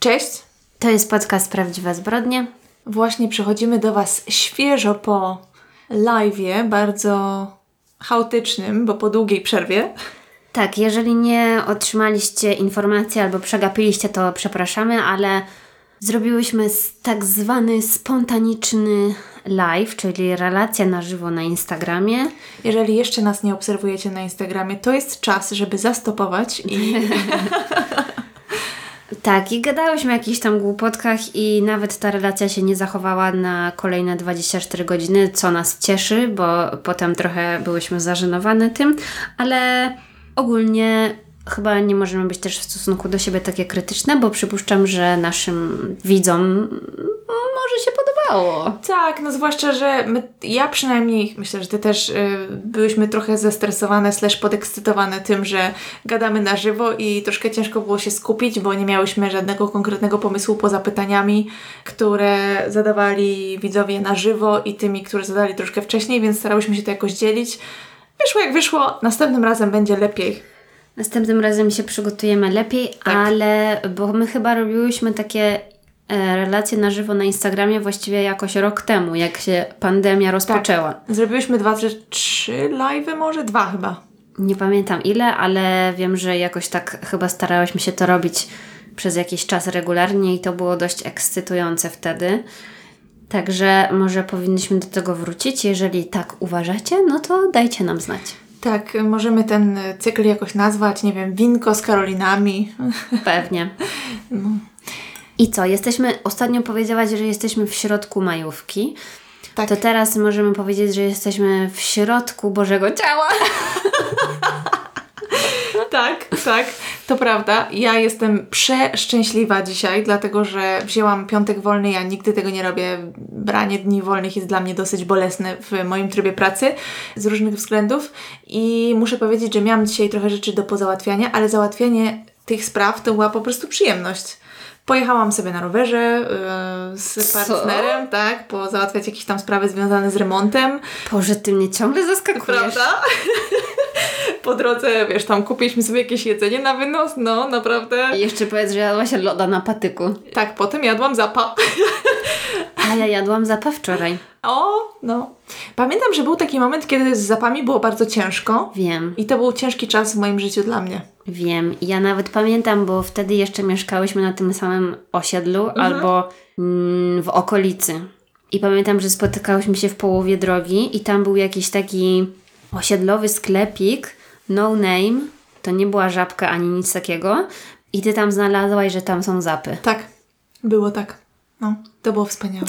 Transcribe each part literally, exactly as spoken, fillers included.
Cześć! To jest podcast Prawdziwe Zbrodnie. Właśnie przychodzimy do Was świeżo po live'ie, bardzo chaotycznym, bo po długiej przerwie. Tak, jeżeli nie otrzymaliście informacji albo przegapiliście, to przepraszamy, ale zrobiłyśmy tak zwany spontaniczny live, czyli relacja na żywo na Instagramie. Jeżeli jeszcze nas nie obserwujecie na Instagramie, to jest czas, żeby zastopować i... Tak, i gadałyśmy o jakichś tam głupotkach i nawet ta relacja się nie zachowała na kolejne dwadzieścia cztery godziny, co nas cieszy, bo potem trochę byłyśmy zażenowane tym, ale ogólnie chyba nie możemy być też w stosunku do siebie takie krytyczne, bo przypuszczam, że naszym widzom może się podobało. Tak, no zwłaszcza, że my, ja przynajmniej, myślę, że Ty też y, byłyśmy trochę zestresowane slash podekscytowane tym, że gadamy na żywo i troszkę ciężko było się skupić, bo nie miałyśmy żadnego konkretnego pomysłu poza pytaniami, które zadawali widzowie na żywo i tymi, które zadali troszkę wcześniej, więc starałyśmy się to jakoś dzielić. Wyszło jak wyszło, następnym razem będzie lepiej. Następnym razem się przygotujemy lepiej, tak. Ale bo my chyba robiłyśmy takie e, relacje na żywo na Instagramie właściwie jakoś rok temu, jak się pandemia rozpoczęła. Tak. Zrobiłyśmy dwa, trzy, trzy live'y może? Dwa chyba. Nie pamiętam ile, ale wiem, że jakoś tak chyba starałyśmy się to robić przez jakiś czas regularnie i to było dość ekscytujące wtedy. Także może powinniśmy do tego wrócić. Jeżeli tak uważacie, no to dajcie nam znać. Tak, możemy ten cykl jakoś nazwać, nie wiem, winko z Karolinami. Pewnie. No. I co? Jesteśmy, ostatnio powiedziałaś, że jesteśmy w środku majówki. Tak. To teraz możemy powiedzieć, że jesteśmy w środku Bożego Ciała. Tak, tak, to prawda. Ja jestem przeszczęśliwa dzisiaj, dlatego że wzięłam piątek wolny, ja nigdy tego nie robię. Branie dni wolnych jest dla mnie dosyć bolesne w moim trybie pracy z różnych względów i muszę powiedzieć, że miałam dzisiaj trochę rzeczy do pozałatwiania, ale załatwianie tych spraw to była po prostu przyjemność. Pojechałam sobie na rowerze yy, z partnerem, Co? tak, pozałatwiać jakieś tam sprawy związane z remontem. Boże, Ty mnie ciągle zaskakujesz. Prawda? Po drodze, wiesz, tam kupiliśmy sobie jakieś jedzenie na wynos, no naprawdę. I jeszcze powiedz, że jadłaś loda na patyku. Tak, potem jadłam zapa. A ja jadłam zapa wczoraj. O, no. Pamiętam, że był taki moment, kiedy z zapami było bardzo ciężko. Wiem. I to był ciężki czas w moim życiu dla mnie. Wiem. Ja nawet pamiętam, bo wtedy jeszcze mieszkałyśmy na tym samym osiedlu mhm. albo mm, w okolicy. I pamiętam, że spotykałyśmy się w połowie drogi i tam był jakiś taki osiedlowy sklepik, no name, to nie była Żabka ani nic takiego i Ty tam znalazłaś, że tam są zapy. Tak, było tak. No, to było wspaniałe.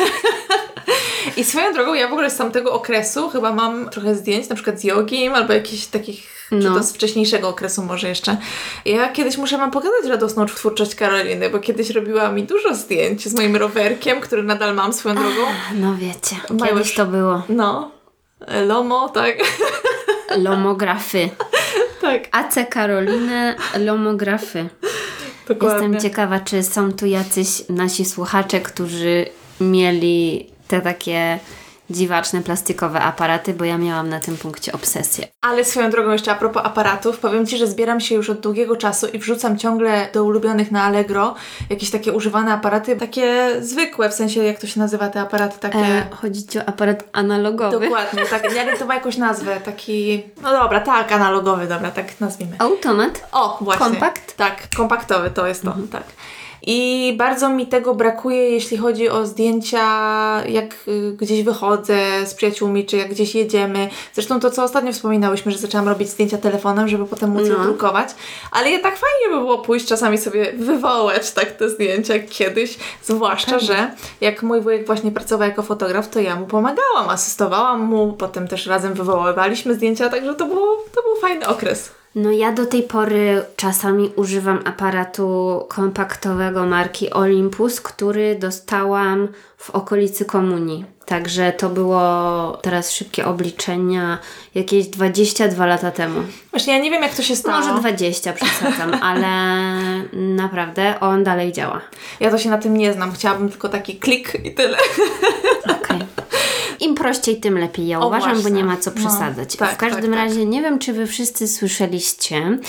I swoją drogą, ja w ogóle z tamtego okresu chyba mam trochę zdjęć, na przykład z jogiem albo jakichś takich, no. Czy to z wcześniejszego okresu może jeszcze. Ja kiedyś muszę Wam pokazać radosną twórczość Karoliny, bo kiedyś robiła mi dużo zdjęć z moim rowerkiem, który nadal mam swoją drogą. Ach, no wiecie, kiedyś już, to było. No, Lomo, tak. Lomografy. Tak. A C Karoliny, lomografy. Dokładnie. Jestem ciekawa, czy są tu jacyś nasi słuchacze, którzy mieli te takie dziwaczne, plastikowe aparaty, bo ja miałam na tym punkcie obsesję. Ale swoją drogą jeszcze a propos aparatów, powiem Ci, że zbieram się już od długiego czasu i wrzucam ciągle do ulubionych na Allegro jakieś takie używane aparaty, takie zwykłe, w sensie jak to się nazywa te aparaty takie... E, chodzi Ci o aparat analogowy? Dokładnie, tak, nie, to ma jakąś nazwę, taki... No dobra, tak, analogowy, dobra, tak nazwijmy. Automat? O, właśnie. Kompakt? Tak, kompaktowy to jest to, mhm. tak. I bardzo mi tego brakuje, jeśli chodzi o zdjęcia, jak y, gdzieś wychodzę z przyjaciółmi, czy jak gdzieś jedziemy. Zresztą to, co ostatnio wspominałyśmy, że zaczęłam robić zdjęcia telefonem, żeby potem móc no. je drukować. Ale jednak fajnie by było pójść czasami sobie wywołać tak te zdjęcia jak kiedyś. Zwłaszcza, Pewnie. że jak mój wujek właśnie pracował jako fotograf, to ja mu pomagałam, asystowałam mu, potem też razem wywoływaliśmy zdjęcia, także to, było, to był fajny okres. No ja do tej pory czasami używam aparatu kompaktowego marki Olympus, który dostałam w okolicy komunii. Także to było teraz szybkie obliczenia jakieś dwadzieścia dwa lata temu. Właśnie ja nie wiem jak to się stało. Może dwadzieścia przesadzam, ale naprawdę on dalej działa. Ja to się na tym nie znam. Chciałabym tylko taki klik i tyle. Okej. I Im prościej, tym lepiej. Ja o, uważam, właśnie. bo nie ma co przesadzać. No, tak, w każdym tak, razie tak. nie wiem, czy wy wszyscy słyszeliście,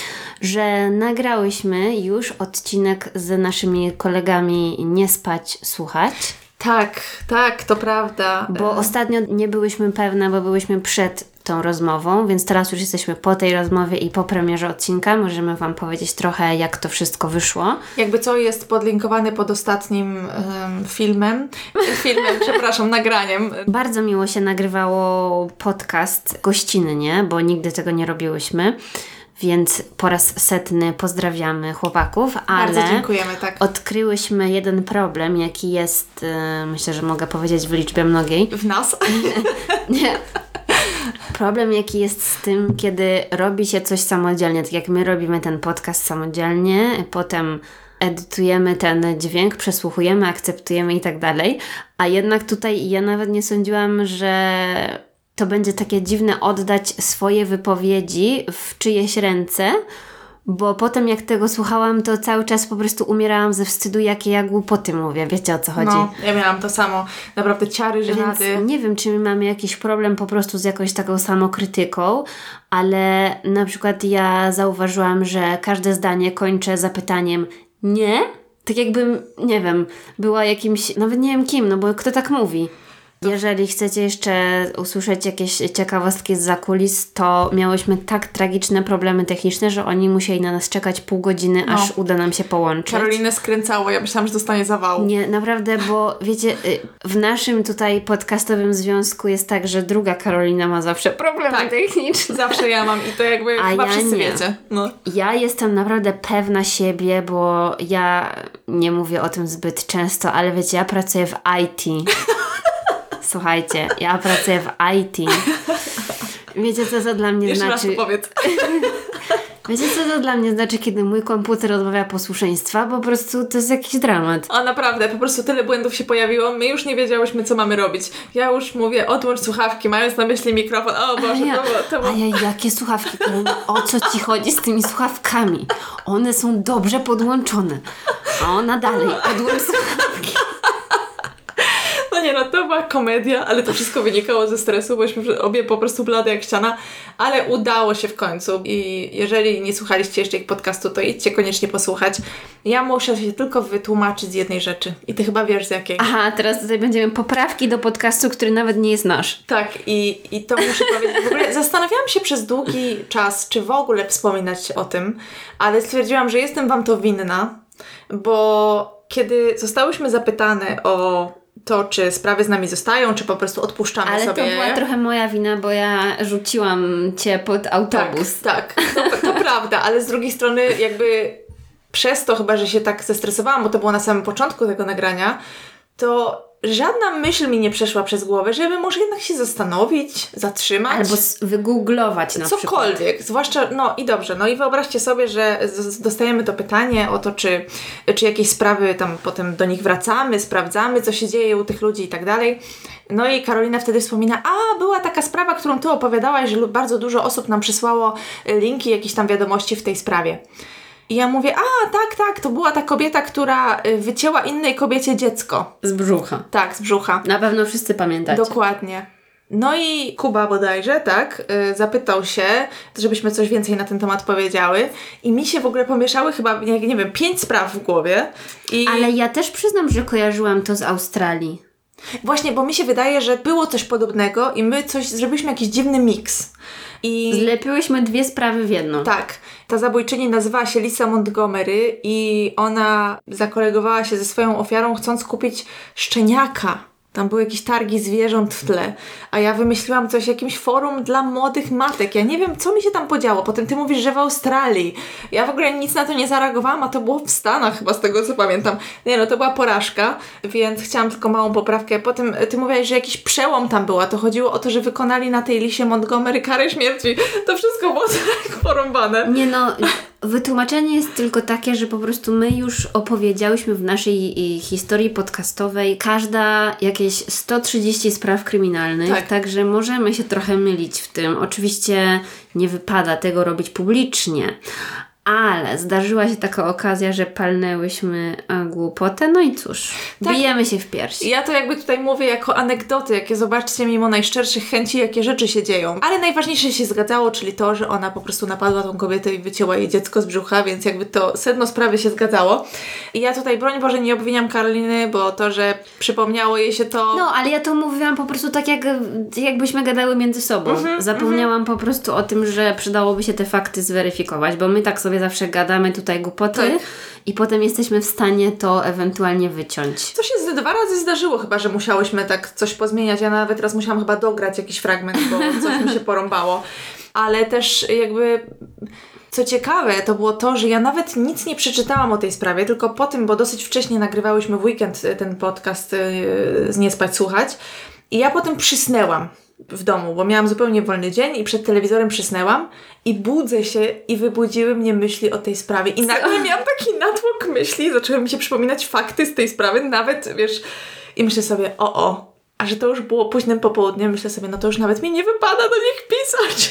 że nagrałyśmy już odcinek z naszymi kolegami Nie spać, słuchać. Tak, tak, to prawda. Bo ostatnio nie byłyśmy pewne, bo byłyśmy przed tą rozmową, więc teraz już jesteśmy po tej rozmowie i po premierze odcinka. Możemy Wam powiedzieć trochę, jak to wszystko wyszło. Jakby co jest podlinkowany pod ostatnim um, filmem. Filmem, przepraszam, nagraniem. Bardzo miło się nagrywało podcast gościnnie, bo nigdy tego nie robiłyśmy. Więc po raz setny pozdrawiamy chłopaków, ale Bardzo dziękujemy, tak. Odkryłyśmy jeden problem, jaki jest, yy, myślę, że mogę powiedzieć w liczbie mnogiej. W nas? Nie. Problem, jaki jest z tym, kiedy robi się coś samodzielnie, tak jak my robimy ten podcast samodzielnie, potem edytujemy ten dźwięk, przesłuchujemy, akceptujemy i tak dalej, a jednak tutaj ja nawet nie sądziłam, że to będzie takie dziwne oddać swoje wypowiedzi w czyjeś ręce, bo potem jak tego słuchałam, to cały czas po prostu umierałam ze wstydu, jakie ja głupoty mówię. Wiecie, o co chodzi? No, ja miałam to samo. Naprawdę ciary, żenady. Więc nie wiem, czy my mamy jakiś problem po prostu z jakąś taką samokrytyką, ale na przykład ja zauważyłam, że każde zdanie kończę zapytaniem nie? Tak jakbym, nie wiem, była jakimś, nawet nie wiem kim, no bo kto tak mówi? Jeżeli chcecie jeszcze usłyszeć jakieś ciekawostki z zakulis, to miałyśmy tak tragiczne problemy techniczne, że oni musieli na nas czekać pół godziny, no. aż uda nam się połączyć. Karolinę skręcało, ja myślałam, że dostanie zawału. Nie, naprawdę, bo wiecie, w naszym tutaj podcastowym związku jest tak, że druga Karolina ma zawsze problemy tak, techniczne. Zawsze ja mam i to jakby A chyba ja wszyscy nie. wiecie. No. Ja jestem naprawdę pewna siebie, bo ja nie mówię o tym zbyt często, ale wiecie, ja pracuję w I T. Słuchajcie, ja pracuję w I T. Wiecie, co to dla mnie Jeszcze znaczy? Raz to powiedz. Wiecie, co to dla mnie znaczy, kiedy mój komputer odmawia posłuszeństwa? Po prostu to jest jakiś dramat. A naprawdę, po prostu tyle błędów się pojawiło, my już nie wiedziałyśmy, co mamy robić. Ja już mówię, odłącz słuchawki, mając na myśli mikrofon. O Boże, A ja, to było... To było... a ja, jakie słuchawki? O co Ci chodzi z tymi słuchawkami? One są dobrze podłączone. A ona dalej, odłącz słuchawki. No nie no, to była komedia, ale to wszystko wynikało ze stresu, bo byliśmy obie po prostu blade jak ściana, ale udało się w końcu i jeżeli nie słuchaliście jeszcze ich podcastu, to idźcie koniecznie posłuchać. Ja muszę się tylko wytłumaczyć z jednej rzeczy i ty chyba wiesz z jakiej. Aha, teraz tutaj będziemy poprawki do podcastu, który nawet nie jest nasz. Tak i, i to muszę powiedzieć. W ogóle zastanawiałam się przez długi czas, czy w ogóle wspominać o tym, ale stwierdziłam, że jestem wam to winna, bo kiedy zostałyśmy zapytane o to, czy sprawy z nami zostają, czy po prostu odpuszczamy Ale sobie. Ale to była trochę moja wina, bo ja rzuciłam Cię pod autobus. Tak, tak. To, to prawda, ale z drugiej strony jakby przez to chyba, że się tak zestresowałam, bo to było na samym początku tego nagrania, to żadna myśl mi nie przeszła przez głowę, żeby może jednak się zastanowić, zatrzymać. Albo wygooglować na przykład. Cokolwiek. Zwłaszcza, no i dobrze, no i wyobraźcie sobie, że z- dostajemy to pytanie o to, czy, czy jakieś sprawy tam potem do nich wracamy, sprawdzamy, co się dzieje u tych ludzi i tak dalej. No i Karolina wtedy wspomina, a była taka sprawa, którą ty opowiadałaś, że bardzo dużo osób nam przysłało linki, jakieś tam wiadomości w tej sprawie. I ja mówię, a tak, tak, to była ta kobieta, która wycięła innej kobiecie dziecko. Z brzucha. Tak, z brzucha. Na pewno wszyscy pamiętacie. Dokładnie. No i Kuba bodajże, tak, yy, zapytał się, żebyśmy coś więcej na ten temat powiedziały i mi się w ogóle pomieszały chyba, nie, nie wiem, pięć spraw w głowie. I... Ale ja też przyznam, że kojarzyłam to z Australii. Właśnie, bo mi się wydaje, że było coś podobnego i my coś, zrobiliśmy jakiś dziwny miks. I... Zlepiłyśmy dwie sprawy w jedną. Tak. Ta zabójczyni nazywała się Lisa Montgomery i ona zakolegowała się ze swoją ofiarą, chcąc kupić szczeniaka. Tam były jakieś targi zwierząt w tle. A ja wymyśliłam coś, jakimś forum dla młodych matek. Ja nie wiem, co mi się tam podziało. Potem ty mówisz, że w Australii. Ja w ogóle nic na to nie zareagowałam, a to było w Stanach chyba, z tego co pamiętam. Nie no, to była porażka, więc chciałam tylko małą poprawkę. Potem ty mówiłaś, że jakiś przełom tam była. To chodziło o to, że wykonali na tej Lisie Montgomery karę śmierci. To wszystko było tak porąbane. Nie no, wytłumaczenie jest tylko takie, że po prostu my już opowiedziałyśmy w naszej historii podcastowej każda jakieś sto trzydzieści spraw kryminalnych, tak. Także możemy się trochę mylić w tym. Oczywiście nie wypada tego robić publicznie, Ale zdarzyła się taka okazja, że palnęłyśmy e, głupotę, no i cóż, tak. Bijemy się w piersi. Ja to jakby tutaj mówię jako anegdoty, jakie zobaczcie mimo najszczerszych chęci, jakie rzeczy się dzieją. Ale najważniejsze się zgadzało, czyli to, że ona po prostu napadła tą kobietę i wycięła jej dziecko z brzucha, więc jakby to sedno sprawy się zgadzało. I ja tutaj, broń Boże, nie obwiniam Karoliny, bo to, że przypomniało jej się to... No, ale ja to mówiłam po prostu tak, jak, jakbyśmy gadały między sobą. Mm-hmm, Zapomniałam mm-hmm. po prostu o tym, że przydałoby się te fakty zweryfikować, bo my tak sobie zawsze gadamy tutaj głupoty tak. i potem jesteśmy w stanie to ewentualnie wyciąć. To się z dwa razy zdarzyło chyba, że musiałyśmy tak coś pozmieniać. Ja nawet raz musiałam chyba dograć jakiś fragment, bo coś mi się porąbało. Ale też jakby... Co ciekawe, to było to, że ja nawet nic nie przeczytałam o tej sprawie, tylko po tym, bo dosyć wcześnie nagrywałyśmy w weekend ten podcast z Nie spać, słuchać i ja potem przysnęłam w domu, bo miałam zupełnie wolny dzień i przed telewizorem przysnęłam i budzę się i wybudziły mnie myśli o tej sprawie i nagle miałam taki natłok myśli, zaczęły mi się przypominać fakty z tej sprawy, nawet, wiesz, i myślę sobie, o, o, a że to już było późnym popołudniem, myślę sobie, no to już nawet mi nie wypada do nich pisać.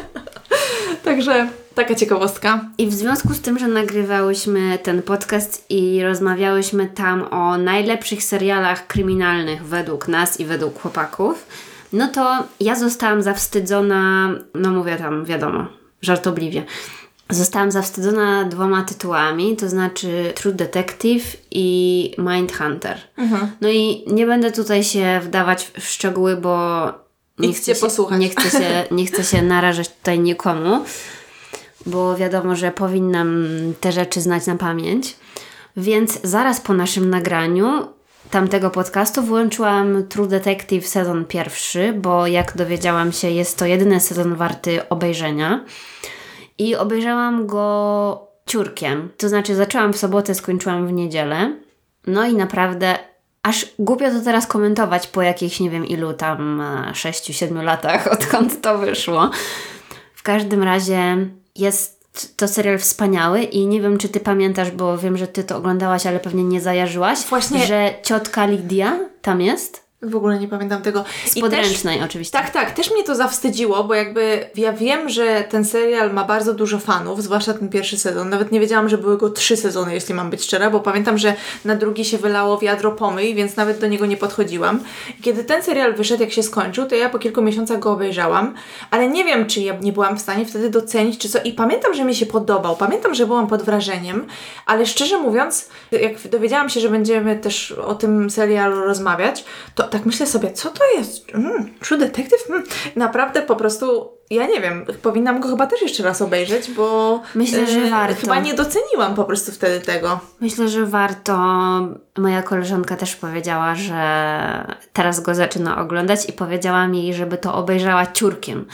Także taka ciekawostka. I w związku z tym, że nagrywałyśmy ten podcast i rozmawiałyśmy tam o najlepszych serialach kryminalnych według nas i według chłopaków, no to ja zostałam zawstydzona, no mówię tam, wiadomo, żartobliwie. Zostałam zawstydzona dwoma tytułami, to znaczy True Detective i Mindhunter. Mhm. No i nie będę tutaj się wdawać w szczegóły, bo nie chcę, się, nie, chcę się, nie chcę się narażać tutaj nikomu, bo wiadomo, że powinnam te rzeczy znać na pamięć. Więc zaraz po naszym nagraniu tamtego podcastu włączyłam True Detective sezon pierwszy, bo jak dowiedziałam się, jest to jedyny sezon warty obejrzenia. I obejrzałam go ciurkiem. To znaczy zaczęłam w sobotę, skończyłam w niedzielę. No i naprawdę aż głupio to teraz komentować po jakichś nie wiem ilu tam sześciu, siedmiu latach, odkąd to wyszło. W każdym razie jest to serial wspaniały i nie wiem, czy ty pamiętasz, bo wiem, że ty to oglądałaś, ale pewnie nie zajarzyłaś, Właśnie... że ciotka Lidia tam jest. W ogóle nie pamiętam tego. Z podręcznej też, oczywiście. Tak, tak. Też mnie to zawstydziło, bo jakby ja wiem, że ten serial ma bardzo dużo fanów, zwłaszcza ten pierwszy sezon. Nawet nie wiedziałam, że były go trzy sezony, jeśli mam być szczera, bo pamiętam, że na drugi się wylało wiadro pomyj, więc nawet do niego nie podchodziłam. Kiedy ten serial wyszedł, jak się skończył, to ja po kilku miesiącach go obejrzałam, ale nie wiem, czy ja nie byłam w stanie wtedy docenić, czy co. I pamiętam, że mi się podobał. Pamiętam, że byłam pod wrażeniem, ale szczerze mówiąc, jak dowiedziałam się, że będziemy też o tym serialu rozmawiać, to tak myślę sobie, co to jest? Mm, True Detective? Mm. Naprawdę po prostu, ja nie wiem, powinnam go chyba też jeszcze raz obejrzeć, bo myślę, że warto. Chyba nie doceniłam po prostu wtedy tego. Myślę, że warto. Moja koleżanka też powiedziała, że teraz go zaczyna oglądać i powiedziałam jej, żeby to obejrzała ciurkiem.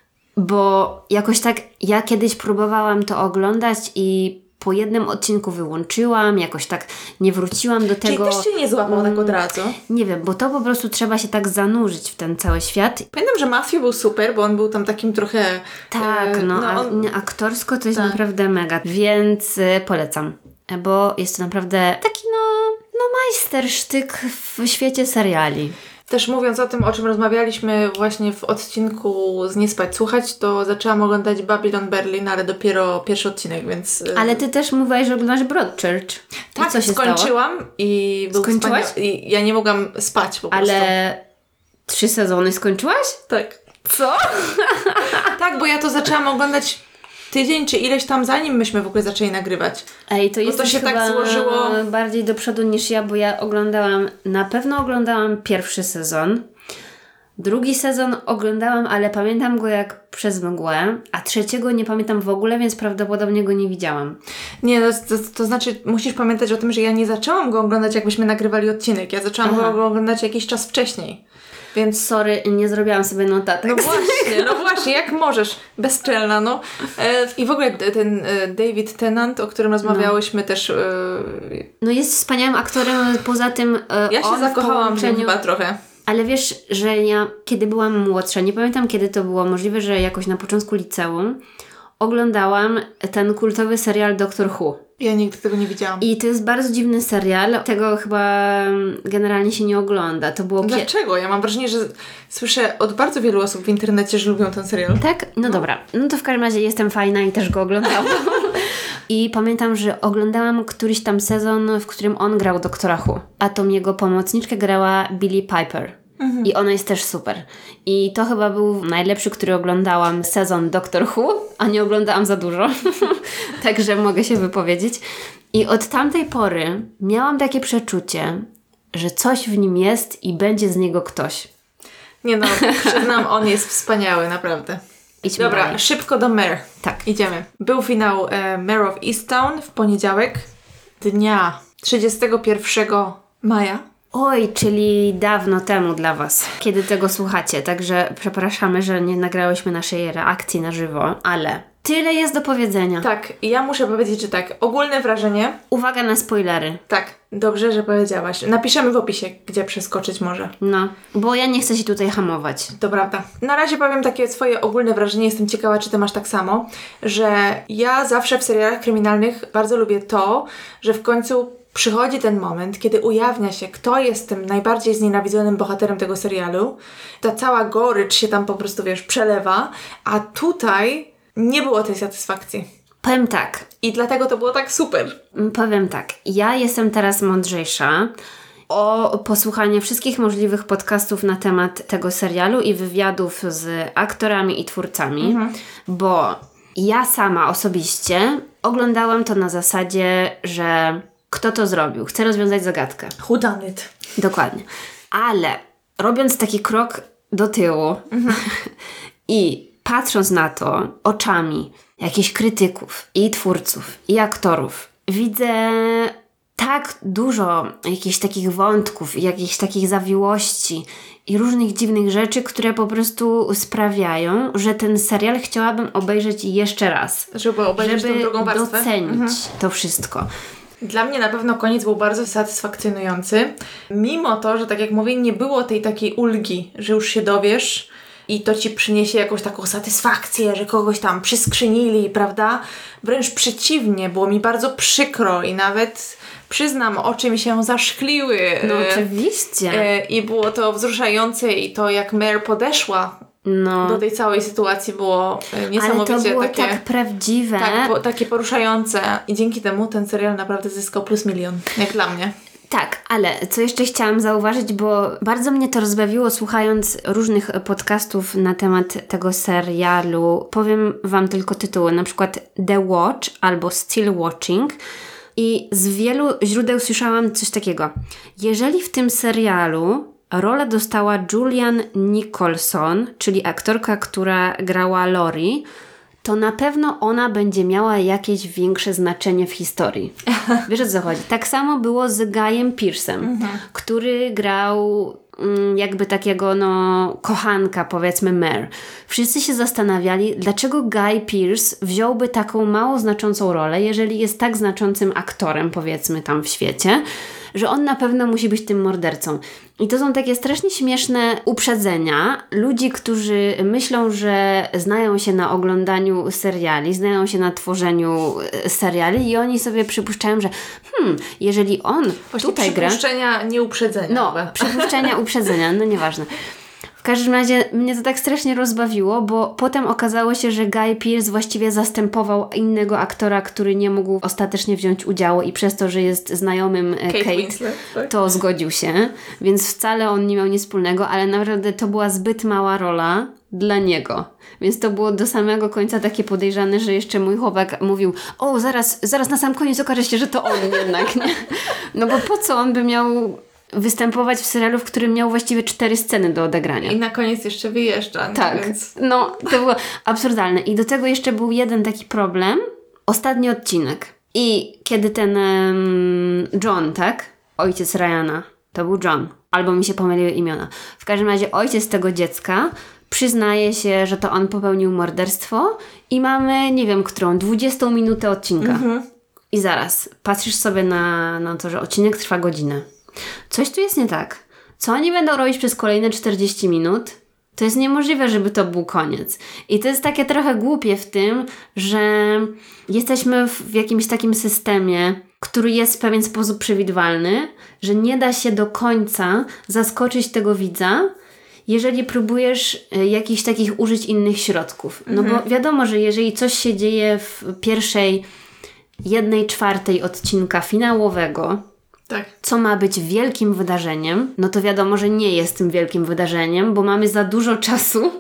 Bo jakoś tak ja kiedyś próbowałam to oglądać i po jednym odcinku wyłączyłam, jakoś tak nie wróciłam do tego. Czyli też Cię nie złapał tak od razu? Nie wiem, bo to po prostu trzeba się tak zanurzyć w ten cały świat. Pamiętam, że Matthew był super, bo on był tam takim trochę... Tak, e, no, no on... aktorsko to jest tak. naprawdę mega, więc y, polecam. Bo jest to naprawdę taki no, no majstersztyk w świecie seriali. Też mówiąc o tym, o czym rozmawialiśmy właśnie w odcinku z Nie spać, słuchać, to zaczęłam oglądać Babylon Berlin, ale dopiero pierwszy odcinek, więc... Ale ty też mówiłaś, że oglądasz Broadchurch. Tak, co się skończyłam stało? I był Skończyłaś? Wspania- I ja nie mogłam spać po prostu. Ale trzy sezony skończyłaś? Tak. Co? Tak, bo ja to zaczęłam oglądać tydzień czy ileś tam, zanim myśmy w ogóle zaczęli nagrywać. Ej, to jest to się tak złożyło bardziej do przodu niż ja, bo ja oglądałam, na pewno oglądałam pierwszy sezon. Drugi sezon oglądałam, ale pamiętam go jak przez mgłę, a trzeciego nie pamiętam w ogóle, więc prawdopodobnie go nie widziałam. Nie, no, to, to znaczy musisz pamiętać o tym, że ja nie zaczęłam go oglądać, jakbyśmy nagrywali odcinek. Ja zaczęłam Aha. go oglądać jakiś czas wcześniej. Więc sorry, nie zrobiłam sobie notatek. No właśnie, no właśnie, jak możesz, bezczelna, no. E, I w ogóle ten e, David Tennant, o którym rozmawiałyśmy no. też... E, no jest wspaniałym aktorem, poza tym e, ja się on zakochałam w nim chyba trochę. Ale wiesz, że ja, kiedy byłam młodsza, nie pamiętam kiedy to było, możliwe, że jakoś na początku liceum, oglądałam ten kultowy serial Doctor Who. Ja nigdy tego nie widziałam. I to jest bardzo dziwny serial. Tego chyba generalnie się nie ogląda. To było Dlaczego? Ja mam wrażenie, że słyszę od bardzo wielu osób w internecie, że lubią ten serial. Tak? No, no dobra. No to w każdym razie jestem fajna i też go oglądałam. I pamiętam, że oglądałam któryś tam sezon, w którym on grał doktora Who, a tą jego pomocniczkę grała Billie Piper. Mhm. I ona jest też super. I to chyba był najlepszy, który oglądałam sezon Doctor Who, a nie oglądałam za dużo. Także mogę się wypowiedzieć. I od tamtej pory miałam takie przeczucie, że coś w nim jest i będzie z niego ktoś. Nie no, przyznam, on jest wspaniały, naprawdę. Idźmy Dobra, dalej. szybko do Mare. Tak. Idziemy. Był finał e, Mare of Easttown w poniedziałek, dnia trzydziestego pierwszego maja. Oj, czyli dawno temu dla Was, kiedy tego słuchacie. Także przepraszamy, że nie nagrałyśmy naszej reakcji na żywo, ale tyle jest do powiedzenia. Tak, ja muszę powiedzieć, że tak, ogólne wrażenie. Uwaga na spoilery. Tak, dobrze, że powiedziałaś. Napiszemy w opisie, gdzie przeskoczyć może. No, bo ja nie chcę się tutaj hamować. To prawda. Na razie powiem takie swoje ogólne wrażenie, jestem ciekawa, czy Ty masz tak samo, że ja zawsze w serialach kryminalnych bardzo lubię to, że w końcu przychodzi ten moment, kiedy ujawnia się, kto jest tym najbardziej znienawidzonym bohaterem tego serialu. Ta cała gorycz się tam po prostu, wiesz, przelewa, a tutaj nie było tej satysfakcji. Powiem tak. I dlatego to było tak super. Powiem tak. Ja jestem teraz mądrzejsza o posłuchanie wszystkich możliwych podcastów na temat tego serialu i wywiadów z aktorami i twórcami, mhm. bo ja sama osobiście oglądałam to na zasadzie, że kto to zrobił? Chcę rozwiązać zagadkę. Who done it? Dokładnie. Ale robiąc taki krok do tyłu mhm. i patrząc na to oczami jakichś krytyków i twórców i aktorów, widzę tak dużo jakichś takich wątków, jakichś takich zawiłości i różnych dziwnych rzeczy, które po prostu sprawiają, że ten serial chciałabym obejrzeć jeszcze raz. Żeby obejrzeć żeby tą drugą warstwę. docenić mhm. to wszystko. Dla mnie na pewno koniec był bardzo satysfakcjonujący, mimo to, że tak jak mówię, nie było tej takiej ulgi, że już się dowiesz i to Ci przyniesie jakąś taką satysfakcję, że kogoś tam przyskrzynili, prawda? Wręcz przeciwnie, było mi bardzo przykro i nawet przyznam, oczy mi się zaszkliły. No oczywiście. E, I było to wzruszające i to jak Mare podeszła no. do tej całej sytuacji było niesamowicie ale to było takie, tak prawdziwe. Tak, po, takie poruszające i dzięki temu ten serial naprawdę zyskał plus milion, jak dla mnie. Tak, ale co jeszcze chciałam zauważyć, bo bardzo mnie to rozbawiło słuchając różnych podcastów na temat tego serialu. Powiem Wam tylko tytuły, na przykład The Watch albo Still Watching. I z wielu źródeł słyszałam coś takiego. Jeżeli w tym serialu rolę dostała Julianne Nicholson, czyli aktorka, która grała Lori, to na pewno ona będzie miała jakieś większe znaczenie w historii. Wiesz, o co chodzi? Tak samo było z Guyem Pearce'em, mhm. który grał mm, jakby takiego, no, kochanka, powiedzmy, Mare. Wszyscy się zastanawiali, dlaczego Guy Pearce wziąłby taką mało znaczącą rolę, jeżeli jest tak znaczącym aktorem, powiedzmy, tam w świecie, że on na pewno musi być tym mordercą. I to są takie strasznie śmieszne uprzedzenia ludzi, którzy myślą, że znają się na oglądaniu seriali, znają się na tworzeniu seriali i oni sobie przypuszczają, że hmm, jeżeli on Właśnie tutaj gra... przypuszczenia, nie uprzedzenia. No, przypuszczenia, uprzedzenia, no nieważne. W każdym razie mnie to tak strasznie rozbawiło, bo potem okazało się, że Guy Pearce właściwie zastępował innego aktora, który nie mógł ostatecznie wziąć udziału i przez to, że jest znajomym Kate, Kate Winslet, tak? To zgodził się, więc wcale on nie miał nic wspólnego, ale naprawdę to była zbyt mała rola dla niego. Więc to było do samego końca takie podejrzane, że jeszcze mój chłopak mówił, o zaraz, zaraz na sam koniec okaże się, że to on jednak, nie? No bo po co on by miał występować w serialu, w którym miał właściwie cztery sceny do odegrania. I na koniec jeszcze wyjeżdża. Tak, więc... no to było absurdalne. I do tego jeszcze był jeden taki problem. Ostatni odcinek. I kiedy ten um, John, tak? Ojciec Ryana. To był John. Albo mi się pomyliły imiona. W każdym razie ojciec tego dziecka przyznaje się, że to on popełnił morderstwo i mamy, nie wiem którą, dwudziestą minutę odcinka. Mhm. I zaraz, patrzysz sobie na, na to, że odcinek trwa godzinę. Coś tu jest nie tak. Co oni będą robić przez kolejne czterdzieści minut? To jest niemożliwe, żeby to był koniec. I to jest takie trochę głupie w tym, że jesteśmy w jakimś takim systemie, który jest w pewien sposób przewidywalny, że nie da się do końca zaskoczyć tego widza, jeżeli próbujesz jakichś takich użyć innych środków. No mhm. bo wiadomo, że jeżeli coś się dzieje w pierwszej jednej czwartej odcinka finałowego, tak. co ma być wielkim wydarzeniem, no to wiadomo, że nie jest tym wielkim wydarzeniem, bo mamy za dużo czasu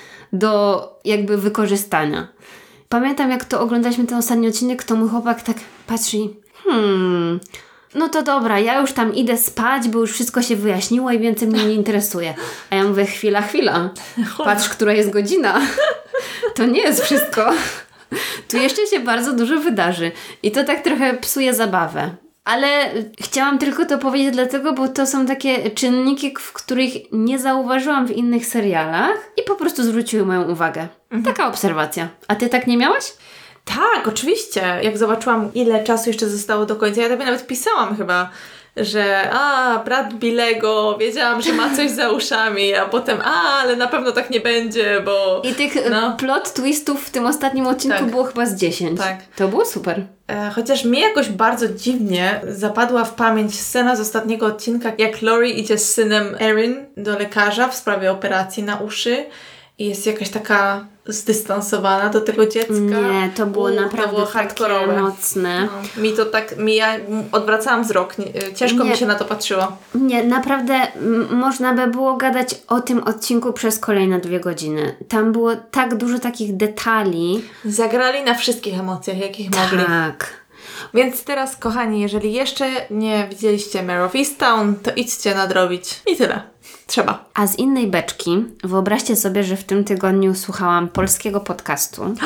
do jakby wykorzystania. Pamiętam, jak to oglądaliśmy ten ostatni odcinek, to mój chłopak tak patrzy, hmm, no to dobra, ja już tam idę spać, bo już wszystko się wyjaśniło i więcej mnie nie interesuje. A ja mówię, chwila, chwila, patrz, która jest godzina. To nie jest wszystko. Tu jeszcze się bardzo dużo wydarzy. I to tak trochę psuje zabawę. Ale chciałam tylko to powiedzieć dlatego, bo to są takie czynniki, w których nie zauważyłam w innych serialach i po prostu zwróciły moją uwagę. Mhm. Taka obserwacja. A ty tak nie miałaś? Tak, oczywiście. Jak zobaczyłam, ile czasu jeszcze zostało do końca, ja tobie nawet pisałam chyba, że a, brat Billego, wiedziałam, że ma coś za uszami, a potem a, ale na pewno tak nie będzie, bo... I tych no. plot twistów w tym ostatnim odcinku tak. było chyba z dziesięć. Tak. To było super. E, chociaż mi jakoś bardzo dziwnie zapadła w pamięć scena z ostatniego odcinka, jak Lori idzie z synem Erin do lekarza w sprawie operacji na uszy i jest jakaś taka zdystansowana do tego dziecka. Nie, to było U, naprawdę to było takie mocne. No, mi to tak, mi ja odwracałam wzrok, nie, ciężko nie, mi się na to patrzyło. Nie, naprawdę m- można by było gadać o tym odcinku przez kolejne dwie godziny. Tam było tak dużo takich detali. Zagrali na wszystkich emocjach, jakich mogli. Tak. Więc teraz, kochani, jeżeli jeszcze nie widzieliście Mare of Easttown, to idźcie nadrobić. I tyle. Trzeba. A z innej beczki, wyobraźcie sobie, że w tym tygodniu słuchałam polskiego podcastu.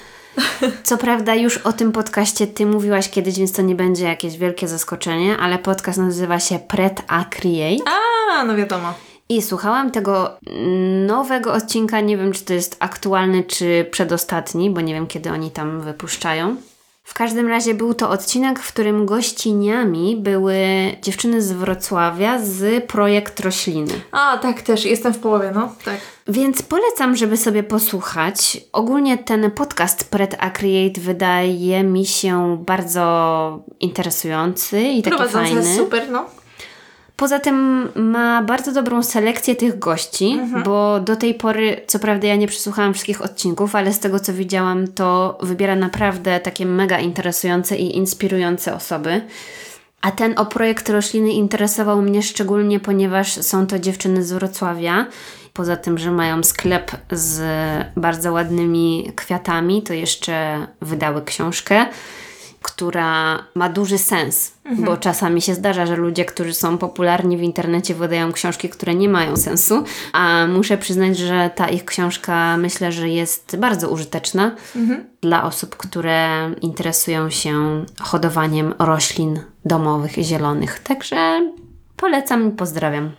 Co prawda już o tym podcaście ty mówiłaś kiedyś, więc to nie będzie jakieś wielkie zaskoczenie, ale podcast nazywa się Pret a Create. A, no wiadomo. I słuchałam tego nowego odcinka, nie wiem czy to jest aktualny czy przedostatni, bo nie wiem kiedy oni tam wypuszczają. W każdym razie był to odcinek, w którym gościniami były dziewczyny z Wrocławia z Projekt Rośliny. A, tak, też. Jestem w połowie, no. Tak. Więc polecam, żeby sobie posłuchać. Ogólnie ten podcast Pret a Create wydaje mi się bardzo interesujący i taki Prowadząca fajny. Jest super, no. Poza tym ma bardzo dobrą selekcję tych gości, mhm. bo do tej pory, co prawda ja nie przesłuchałam wszystkich odcinków, ale z tego co widziałam, to wybiera naprawdę takie mega interesujące i inspirujące osoby. A ten o Projekt Rośliny interesował mnie szczególnie, ponieważ są to dziewczyny z Wrocławia. Poza tym, że mają sklep z bardzo ładnymi kwiatami, to jeszcze wydały książkę, która ma duży sens, mhm. bo czasami się zdarza, że ludzie, którzy są popularni w internecie, wydają książki, które nie mają sensu, a muszę przyznać, że ta ich książka myślę, że jest bardzo użyteczna mhm. dla osób, które interesują się hodowaniem roślin domowych, zielonych. Także polecam i pozdrawiam.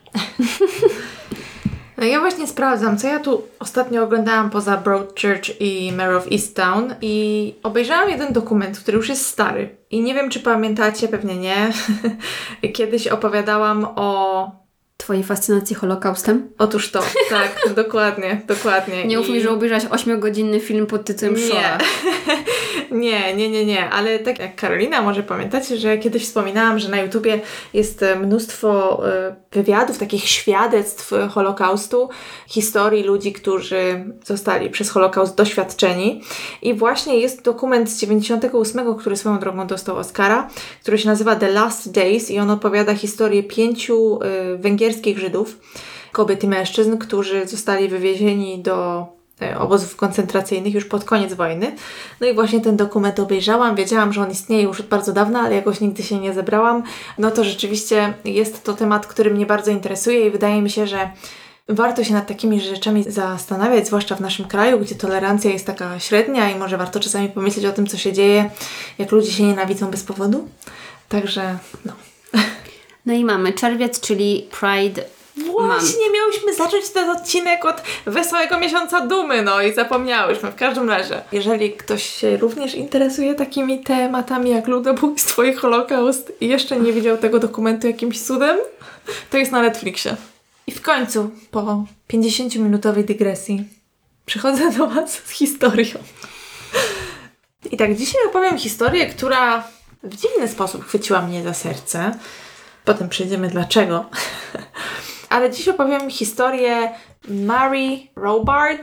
No ja właśnie sprawdzam, co ja tu ostatnio oglądałam poza Broadchurch i Mare of Easttown i obejrzałam jeden dokument, który już jest stary i nie wiem, czy pamiętacie, pewnie nie. Kiedyś opowiadałam o... Twojej fascynacji Holokaustem? Otóż to, tak, dokładnie, dokładnie. Nie mów mi, że obejrzałaś ośmiogodzinny film pod tytułem Shoah. Nie, nie, nie, nie, ale tak jak Karolina może pamiętacie, że kiedyś wspominałam, że na YouTubie jest mnóstwo wywiadów, takich świadectw Holokaustu, historii ludzi, którzy zostali przez Holokaust doświadczeni i właśnie jest dokument z dziewięćdziesiątego ósmego, który swoją drogą dostał Oscara, który się nazywa The Last Days i on opowiada historię pięciu y, węgierskich Żydów, kobiet i mężczyzn, którzy zostali wywiezieni do obozów koncentracyjnych już pod koniec wojny. No i właśnie ten dokument obejrzałam. Wiedziałam, że on istnieje już od bardzo dawna, ale jakoś nigdy się nie zebrałam. No to rzeczywiście jest to temat, który mnie bardzo interesuje i wydaje mi się, że warto się nad takimi rzeczami zastanawiać, zwłaszcza w naszym kraju, gdzie tolerancja jest taka średnia i może warto czasami pomyśleć o tym, co się dzieje, jak ludzie się nienawidzą bez powodu. Także no. No i mamy czerwiec, czyli Pride. Właśnie, Mam. miałyśmy zacząć ten odcinek od Wesołego Miesiąca Dumy, no i zapomniałyśmy, w każdym razie. Jeżeli ktoś się również interesuje takimi tematami jak ludobójstwo i Holokaust i jeszcze nie widział tego dokumentu jakimś cudem, to jest na Netflixie. I w końcu, po pięćdziesięciominutowej dygresji, przychodzę do Was z historią. I tak, dzisiaj opowiem historię, która w dziwny sposób chwyciła mnie za serce. Potem przejdziemy dlaczego. Ale dziś opowiem historię Mary Robart,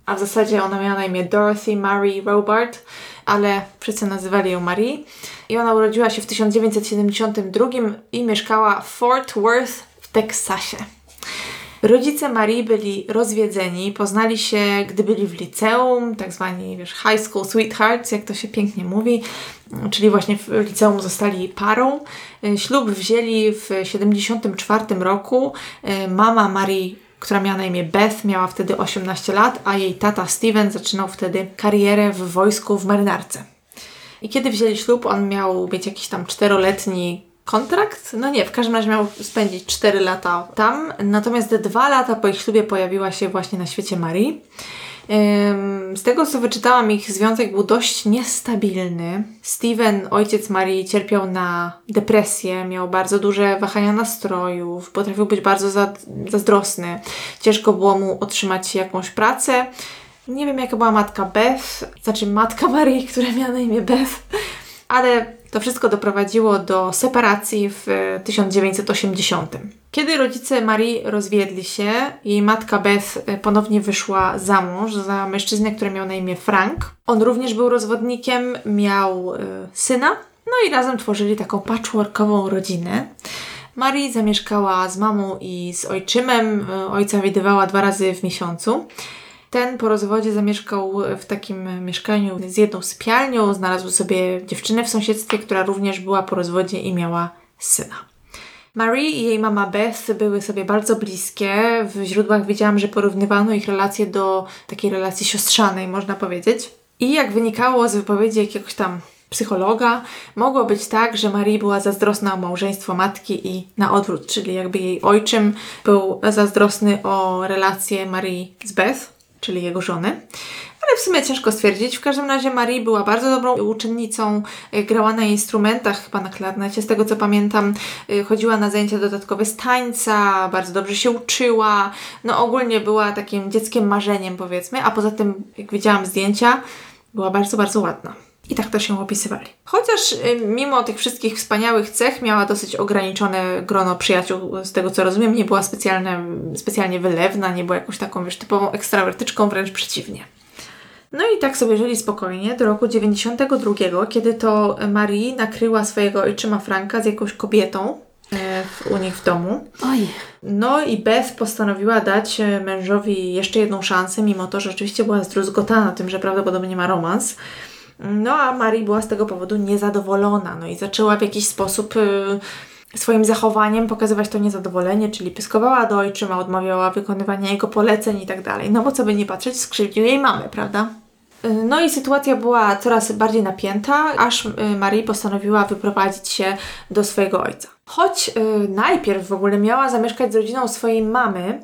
a w zasadzie ona miała na imię Dorothy Marie Robart, ale wszyscy nazywali ją Marie. I ona urodziła się w tysiąc dziewięćset siedemdziesiątym drugim i mieszkała w Fort Worth w Teksasie. Rodzice Marii byli rozwiedzeni, poznali się, gdy byli w liceum, tak zwani, wiesz, high school sweethearts, jak to się pięknie mówi, czyli właśnie w liceum zostali parą. Ślub wzięli w siedemdziesiątym czwartym roku. Mama Marii, która miała na imię Beth, miała wtedy osiemnaście lat, a jej tata Steven zaczynał wtedy karierę w wojsku w marynarce. I kiedy wzięli ślub, on miał mieć jakiś tam czteroletni kontrakt? No nie, w każdym razie miał spędzić cztery lata tam, natomiast dwa lata po ich ślubie pojawiła się właśnie na świecie Marii. Z tego, co wyczytałam, ich związek był dość niestabilny. Steven, ojciec Marii, cierpiał na depresję, miał bardzo duże wahania nastrojów, potrafił być bardzo za- zazdrosny. Ciężko było mu otrzymać jakąś pracę. Nie wiem, jaka była matka Beth, znaczy matka Marii, która miała na imię Beth, ale to wszystko doprowadziło do separacji w tysiąc dziewięćset osiemdziesiątym. Kiedy rodzice Marii rozwiedli się, jej matka Beth ponownie wyszła za mąż za mężczyznę, który miał na imię Frank. On również był rozwodnikiem, miał y, syna, no i razem tworzyli taką patchworkową rodzinę. Marii zamieszkała z mamą i z ojczymem, ojca widywała dwa razy w miesiącu. Ten po rozwodzie zamieszkał w takim mieszkaniu z jedną sypialnią, znalazł sobie dziewczynę w sąsiedztwie, która również była po rozwodzie i miała syna. Marie i jej mama Beth były sobie bardzo bliskie. W źródłach widziałam, że porównywano ich relacje do takiej relacji siostrzanej, można powiedzieć. I jak wynikało z wypowiedzi jakiegoś tam psychologa, mogło być tak, że Marie była zazdrosna o małżeństwo matki i na odwrót, czyli jakby jej ojczym był zazdrosny o relację Marie z Beth, czyli jego żony. Ale w sumie ciężko stwierdzić. W każdym razie Marie była bardzo dobrą uczennicą, grała na instrumentach, chyba na klarnecie, z tego co pamiętam. Chodziła na zajęcia dodatkowe z tańca, bardzo dobrze się uczyła. No ogólnie była takim dzieckiem marzeniem, powiedzmy, a poza tym, jak widziałam zdjęcia, była bardzo, bardzo ładna. I tak to się opisywali. Chociaż y, mimo tych wszystkich wspaniałych cech miała dosyć ograniczone grono przyjaciół, z tego co rozumiem, nie była specjalnie, specjalnie wylewna, nie była jakąś taką, wiesz, typową ekstrawertyczką, wręcz przeciwnie. No i tak sobie żyli spokojnie do roku dziewięćdziesiątego drugiego, kiedy to Marie nakryła swojego ojczyma Franka z jakąś kobietą y, w, u nich w domu. Oj. No i Beth postanowiła dać mężowi jeszcze jedną szansę, mimo to, że oczywiście była zdruzgotana tym, że prawdopodobnie ma romans. No a Marie była z tego powodu niezadowolona, no i zaczęła w jakiś sposób y, swoim zachowaniem pokazywać to niezadowolenie, czyli pyskowała do ojczyma, odmawiała wykonywania jego poleceń i tak dalej. No bo co by nie patrzeć, skrzywdził jej mamę, prawda? Y, no i sytuacja była coraz bardziej napięta, aż y, Marie postanowiła wyprowadzić się do swojego ojca. Choć y, najpierw w ogóle miała zamieszkać z rodziną swojej mamy,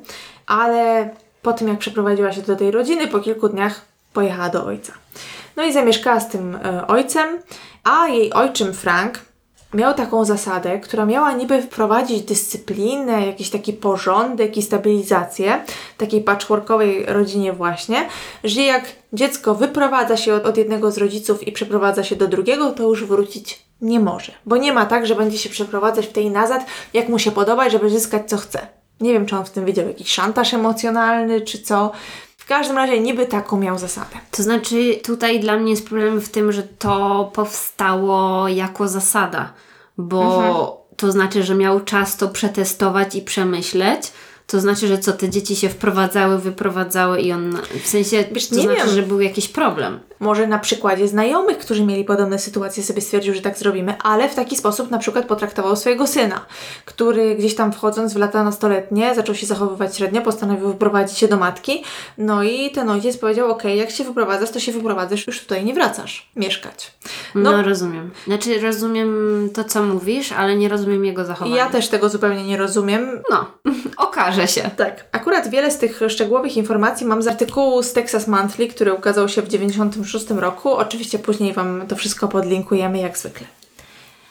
ale po tym jak przeprowadziła się do tej rodziny, po kilku dniach pojechała do ojca. No i zamieszkała z tym e, ojcem, a jej ojczym Frank miał taką zasadę, która miała niby wprowadzić dyscyplinę, jakiś taki porządek i stabilizację takiej patchworkowej rodzinie właśnie, że jak dziecko wyprowadza się od, od jednego z rodziców i przeprowadza się do drugiego, to już wrócić nie może. Bo nie ma tak, że będzie się przeprowadzać w tej i nazad, jak mu się podoba, żeby zyskać co chce. Nie wiem, czy on w tym widział jakiś szantaż emocjonalny, czy co. W każdym razie niby taką miał zasadę. To znaczy tutaj dla mnie jest problem w tym, że to powstało jako zasada, bo mhm. to znaczy, że miał czas to przetestować i przemyśleć. To znaczy, że co, te dzieci się wprowadzały, wyprowadzały i on, w sensie, Wiesz, to nie znaczy, wiem. że był jakiś problem. Może na przykładzie znajomych, którzy mieli podobne sytuacje, sobie stwierdził, że tak zrobimy, ale w taki sposób na przykład potraktował swojego syna, który gdzieś tam wchodząc w lata nastoletnie zaczął się zachowywać średnio, postanowił wyprowadzić się do matki, no i ten ojciec powiedział, okej, okay, jak się wyprowadzasz, to się wyprowadzasz, już tutaj nie wracasz mieszkać. No, no rozumiem. Znaczy rozumiem to, co mówisz, ale nie rozumiem jego zachowania. Ja też tego zupełnie nie rozumiem. No, okaże się. Tak. Akurat wiele z tych szczegółowych informacji mam z artykułu z Texas Monthly, który ukazał się w dziewięćdziesiątym szóstym roku. Oczywiście później Wam to wszystko podlinkujemy jak zwykle.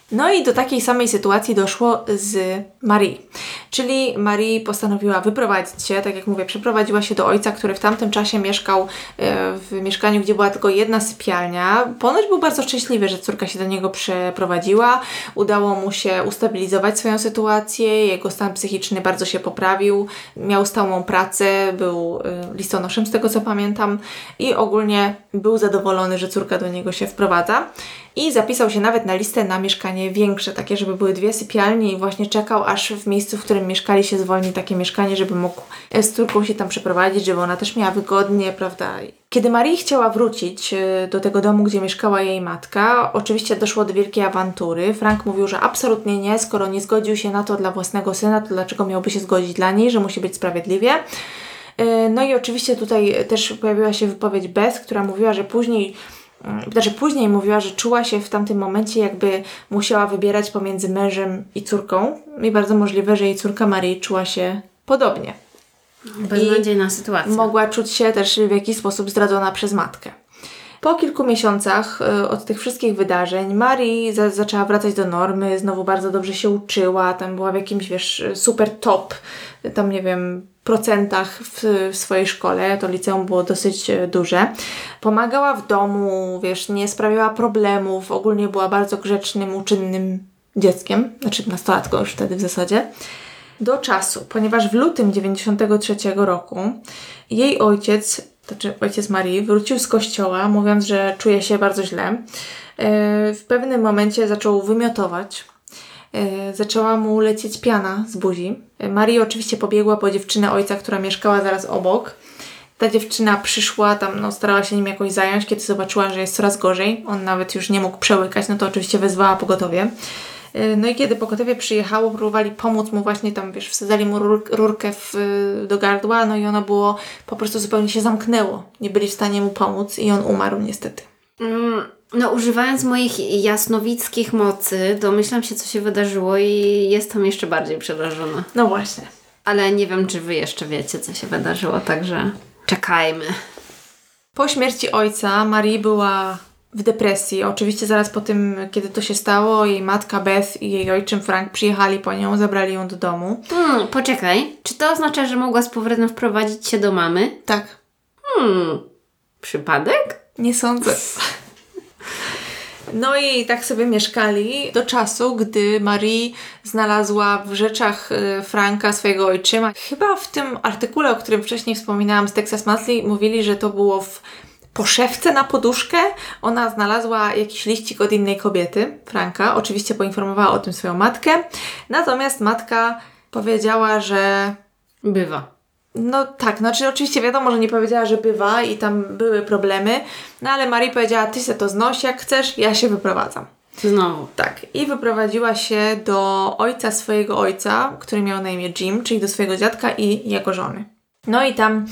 No i do takiej samej sytuacji doszło z Marie. Czyli Marie postanowiła wyprowadzić się, tak jak mówię, przeprowadziła się do ojca, który w tamtym czasie mieszkał w mieszkaniu, gdzie była tylko jedna sypialnia. Ponoć był bardzo szczęśliwy, że córka się do niego przeprowadziła. Udało mu się ustabilizować swoją sytuację, jego stan psychiczny bardzo się poprawił, miał stałą pracę, był listonoszem z tego co pamiętam i ogólnie był zadowolony, że córka do niego się wprowadza. I zapisał się nawet na listę na mieszkanie większe, takie, żeby były dwie sypialnie i właśnie czekał, aż w miejscu, w którym mieszkali, się zwolni takie mieszkanie, żeby mógł z córką się tam przeprowadzić, żeby ona też miała wygodnie, prawda? Kiedy Marie chciała wrócić do tego domu, gdzie mieszkała jej matka, oczywiście doszło do wielkiej awantury. Frank mówił, że absolutnie nie, skoro nie zgodził się na to dla własnego syna, to dlaczego miałby się zgodzić dla niej, że musi być sprawiedliwie. No i oczywiście tutaj też pojawiła się wypowiedź Beth, która mówiła, że później Znaczy później mówiła, że czuła się w tamtym momencie, jakby musiała wybierać pomiędzy mężem i córką. I bardzo możliwe, że jej córka Marie czuła się podobnie. Beznadziejna sytuacja. Mogła czuć się też w jakiś sposób zdradzona przez matkę. Po kilku miesiącach y, od tych wszystkich wydarzeń Marie za- zaczęła wracać do normy, znowu bardzo dobrze się uczyła, tam była w jakimś, wiesz, super top, tam nie wiem, procentach w, w swojej szkole, to liceum było dosyć y, duże. Pomagała w domu, wiesz, nie sprawiała problemów, ogólnie była bardzo grzecznym, uczynnym dzieckiem, znaczy nastolatką już wtedy w zasadzie. Do czasu, ponieważ w lutym dziewięćdziesiątego trzeciego roku jej ojciec, to znaczy ojciec Marie, wrócił z kościoła, mówiąc, że czuje się bardzo źle. W pewnym momencie zaczął wymiotować. Zaczęła mu lecieć piana z buzi. Marie oczywiście pobiegła po dziewczynę ojca, która mieszkała zaraz obok. Ta dziewczyna przyszła tam, no starała się nim jakoś zająć, kiedy zobaczyła, że jest coraz gorzej. On nawet już nie mógł przełykać, no to oczywiście wezwała pogotowie. No i kiedy pogotowie przyjechało, próbowali pomóc mu właśnie tam, wiesz, wsadzali mu rur, rurkę w, do gardła, no i ono było, po prostu zupełnie się zamknęło. Nie byli w stanie mu pomóc i on umarł niestety. Mm, no używając moich jasnowidzkich mocy, domyślam się, co się wydarzyło i jestem jeszcze bardziej przerażona. No właśnie. Ale nie wiem, czy wy jeszcze wiecie, co się wydarzyło, także czekajmy. Po śmierci ojca Marie była w depresji. Oczywiście zaraz po tym, kiedy to się stało, jej matka Beth i jej ojczym Frank przyjechali po nią, zabrali ją do domu. Hmm, poczekaj. Czy to oznacza, że mogła z powrotem wprowadzić się do mamy? Tak. Hmm, przypadek? Nie sądzę. No i tak sobie mieszkali do czasu, gdy Marie znalazła w rzeczach Franka swojego ojczyma. Chyba w tym artykule, o którym wcześniej wspominałam z Texas Monthly, mówili, że to było w poszewce na poduszkę. Ona znalazła jakiś liścik od innej kobiety, Franka. Oczywiście poinformowała o tym swoją matkę. Natomiast matka powiedziała, że... Bywa. No tak, znaczy oczywiście wiadomo, że nie powiedziała, że bywa i tam były problemy, no ale Marie powiedziała, ty se to znoś jak chcesz, ja się wyprowadzam. Znowu. Tak. I wyprowadziła się do ojca swojego ojca, który miał na imię Jim, czyli do swojego dziadka i jego żony. No i tam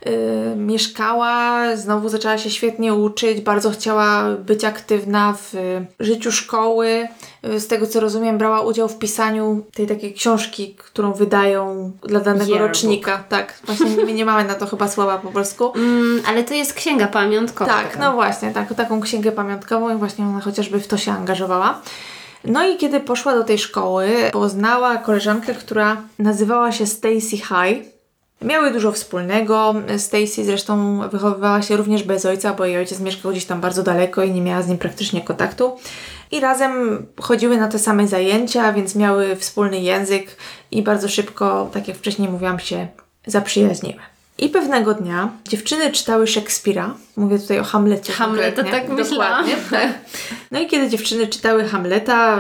y, mieszkała, znowu zaczęła się świetnie uczyć, bardzo chciała być aktywna w y, życiu szkoły. Y, z tego co rozumiem, brała udział w pisaniu tej takiej książki, którą wydają dla danego Yearbook. rocznika. Tak, właśnie nie, nie mamy na to chyba słowa po polsku. Mm, ale to jest księga pamiątkowa. Tak, no właśnie, tak, taką księgę pamiątkową i właśnie ona chociażby w to się angażowała. No i kiedy poszła do tej szkoły, poznała koleżankę, która nazywała się Stacy High. Miały dużo wspólnego. Stacy zresztą wychowywała się również bez ojca, bo jej ojciec mieszkał gdzieś tam bardzo daleko i nie miała z nim praktycznie kontaktu. I razem chodziły na te same zajęcia, więc miały wspólny język i bardzo szybko, tak jak wcześniej mówiłam, się zaprzyjaźniły. I pewnego dnia dziewczyny czytały Szekspira. Mówię tutaj o Hamlecie. Hamleta, tak myślałam. Tak. No i kiedy dziewczyny czytały Hamleta,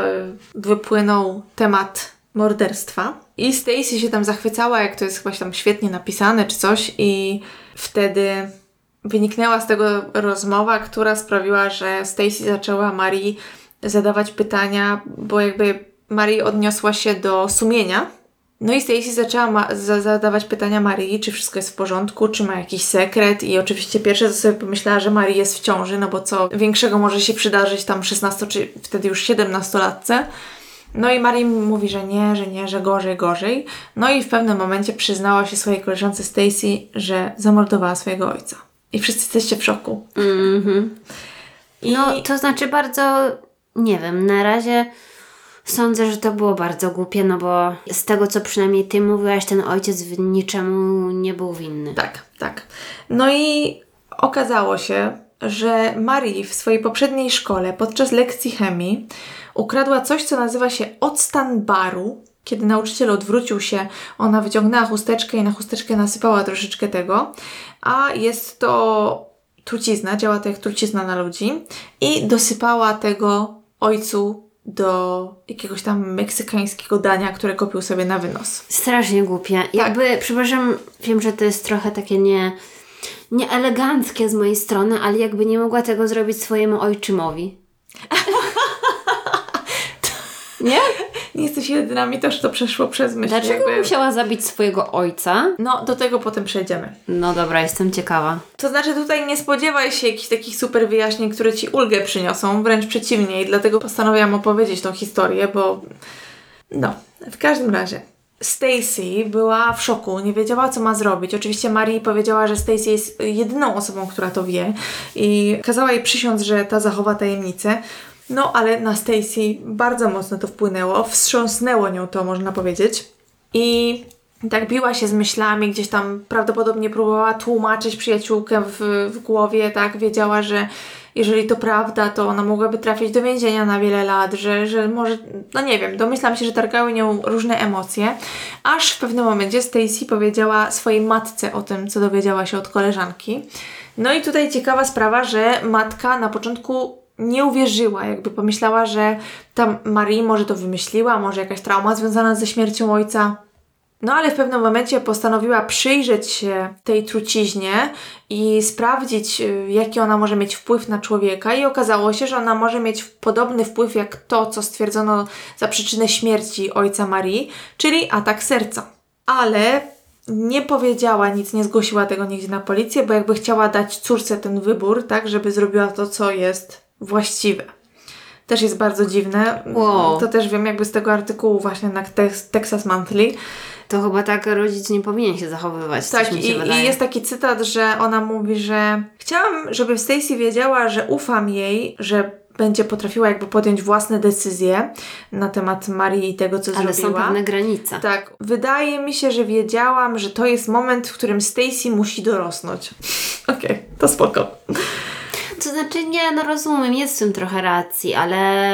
wypłynął temat morderstwa. I Stacy się tam zachwycała, jak to jest chyba tam świetnie napisane czy coś i wtedy wyniknęła z tego rozmowa, która sprawiła, że Stacy zaczęła Marie zadawać pytania, bo jakby Marie odniosła się do sumienia. No i Stacy zaczęła ma- za- zadawać pytania Marii, czy wszystko jest w porządku, czy ma jakiś sekret i oczywiście pierwsze co sobie pomyślała, że Marie jest w ciąży, no bo co większego może się przydarzyć tam szesnasto czy wtedy już siedemnastolatce. No i Marie mówi, że nie, że nie, że gorzej, gorzej. No i w pewnym momencie przyznała się swojej koleżance Stacy, że zamordowała swojego ojca. I wszyscy jesteście w szoku. Mhm. I... No, to znaczy bardzo, nie wiem, na razie Sądzę, że to było bardzo głupie, no bo z tego, co przynajmniej ty mówiłaś, ten ojciec w niczemu nie był winny. Tak, tak. No i okazało się, że Marie w swojej poprzedniej szkole podczas lekcji chemii ukradła coś, co nazywa się octan baru. Kiedy nauczyciel odwrócił się, ona wyciągnęła chusteczkę i na chusteczkę nasypała troszeczkę tego, a jest to trucizna, działa to jak trucizna na ludzi i dosypała tego ojcu do jakiegoś tam meksykańskiego dania, które kupił sobie na wynos. Strasznie głupie. Tak. Jakby, przepraszam, wiem, że to jest trochę takie nie, nieeleganckie z mojej strony, ale jakby nie mogła tego zrobić swojemu ojczymowi. Nie? Nie jesteś jedyna, mi też to przeszło przez myśl. Dlaczego jakby... musiała zabić swojego ojca? No, do tego potem przejdziemy. No dobra, jestem ciekawa. To znaczy tutaj nie spodziewaj się jakichś takich super wyjaśnień, które Ci ulgę przyniosą, wręcz przeciwnie i dlatego postanowiłam opowiedzieć tą historię, bo no, w każdym razie Stacy była w szoku, nie wiedziała co ma zrobić. Oczywiście Marie powiedziała, że Stacy jest jedyną osobą, która to wie i kazała jej przysiąc, że ta zachowa tajemnicę. No, ale na Stacy bardzo mocno to wpłynęło, wstrząsnęło nią to, można powiedzieć. I tak biła się z myślami, gdzieś tam prawdopodobnie próbowała tłumaczyć przyjaciółkę w, w głowie, tak? Wiedziała, że jeżeli to prawda, to ona mogłaby trafić do więzienia na wiele lat, że, że może, no nie wiem, domyślam się, że targały nią różne emocje, aż w pewnym momencie Stacy powiedziała swojej matce o tym, co dowiedziała się od koleżanki. No i tutaj ciekawa sprawa, że matka na początku nie uwierzyła, jakby pomyślała, że ta Marie może to wymyśliła, może jakaś trauma związana ze śmiercią ojca. No ale w pewnym momencie postanowiła przyjrzeć się tej truciźnie i sprawdzić, jaki ona może mieć wpływ na człowieka i okazało się, że ona może mieć podobny wpływ jak to, co stwierdzono za przyczynę śmierci ojca Marie, czyli atak serca. Ale nie powiedziała nic, nie zgłosiła tego nigdzie na policję, bo jakby chciała dać córce ten wybór, tak, żeby zrobiła to, co jest właściwe. Też jest bardzo dziwne. Wow. To też wiem jakby z tego artykułu właśnie na Texas Monthly. To chyba tak rodzic nie powinien się zachowywać. Tak, mi się i, wydaje. i jest taki cytat, że ona mówi, że chciałam, żeby Stacy wiedziała, że ufam jej, że będzie potrafiła jakby podjąć własne decyzje na temat Marii i tego, co Ale zrobiła. są pewne granice. Tak. Wydaje mi się, że wiedziałam, że to jest moment, w którym Stacy musi dorosnąć. Okej, okay, to spoko. To znaczy, nie, no rozumiem, jest w tym trochę racji, ale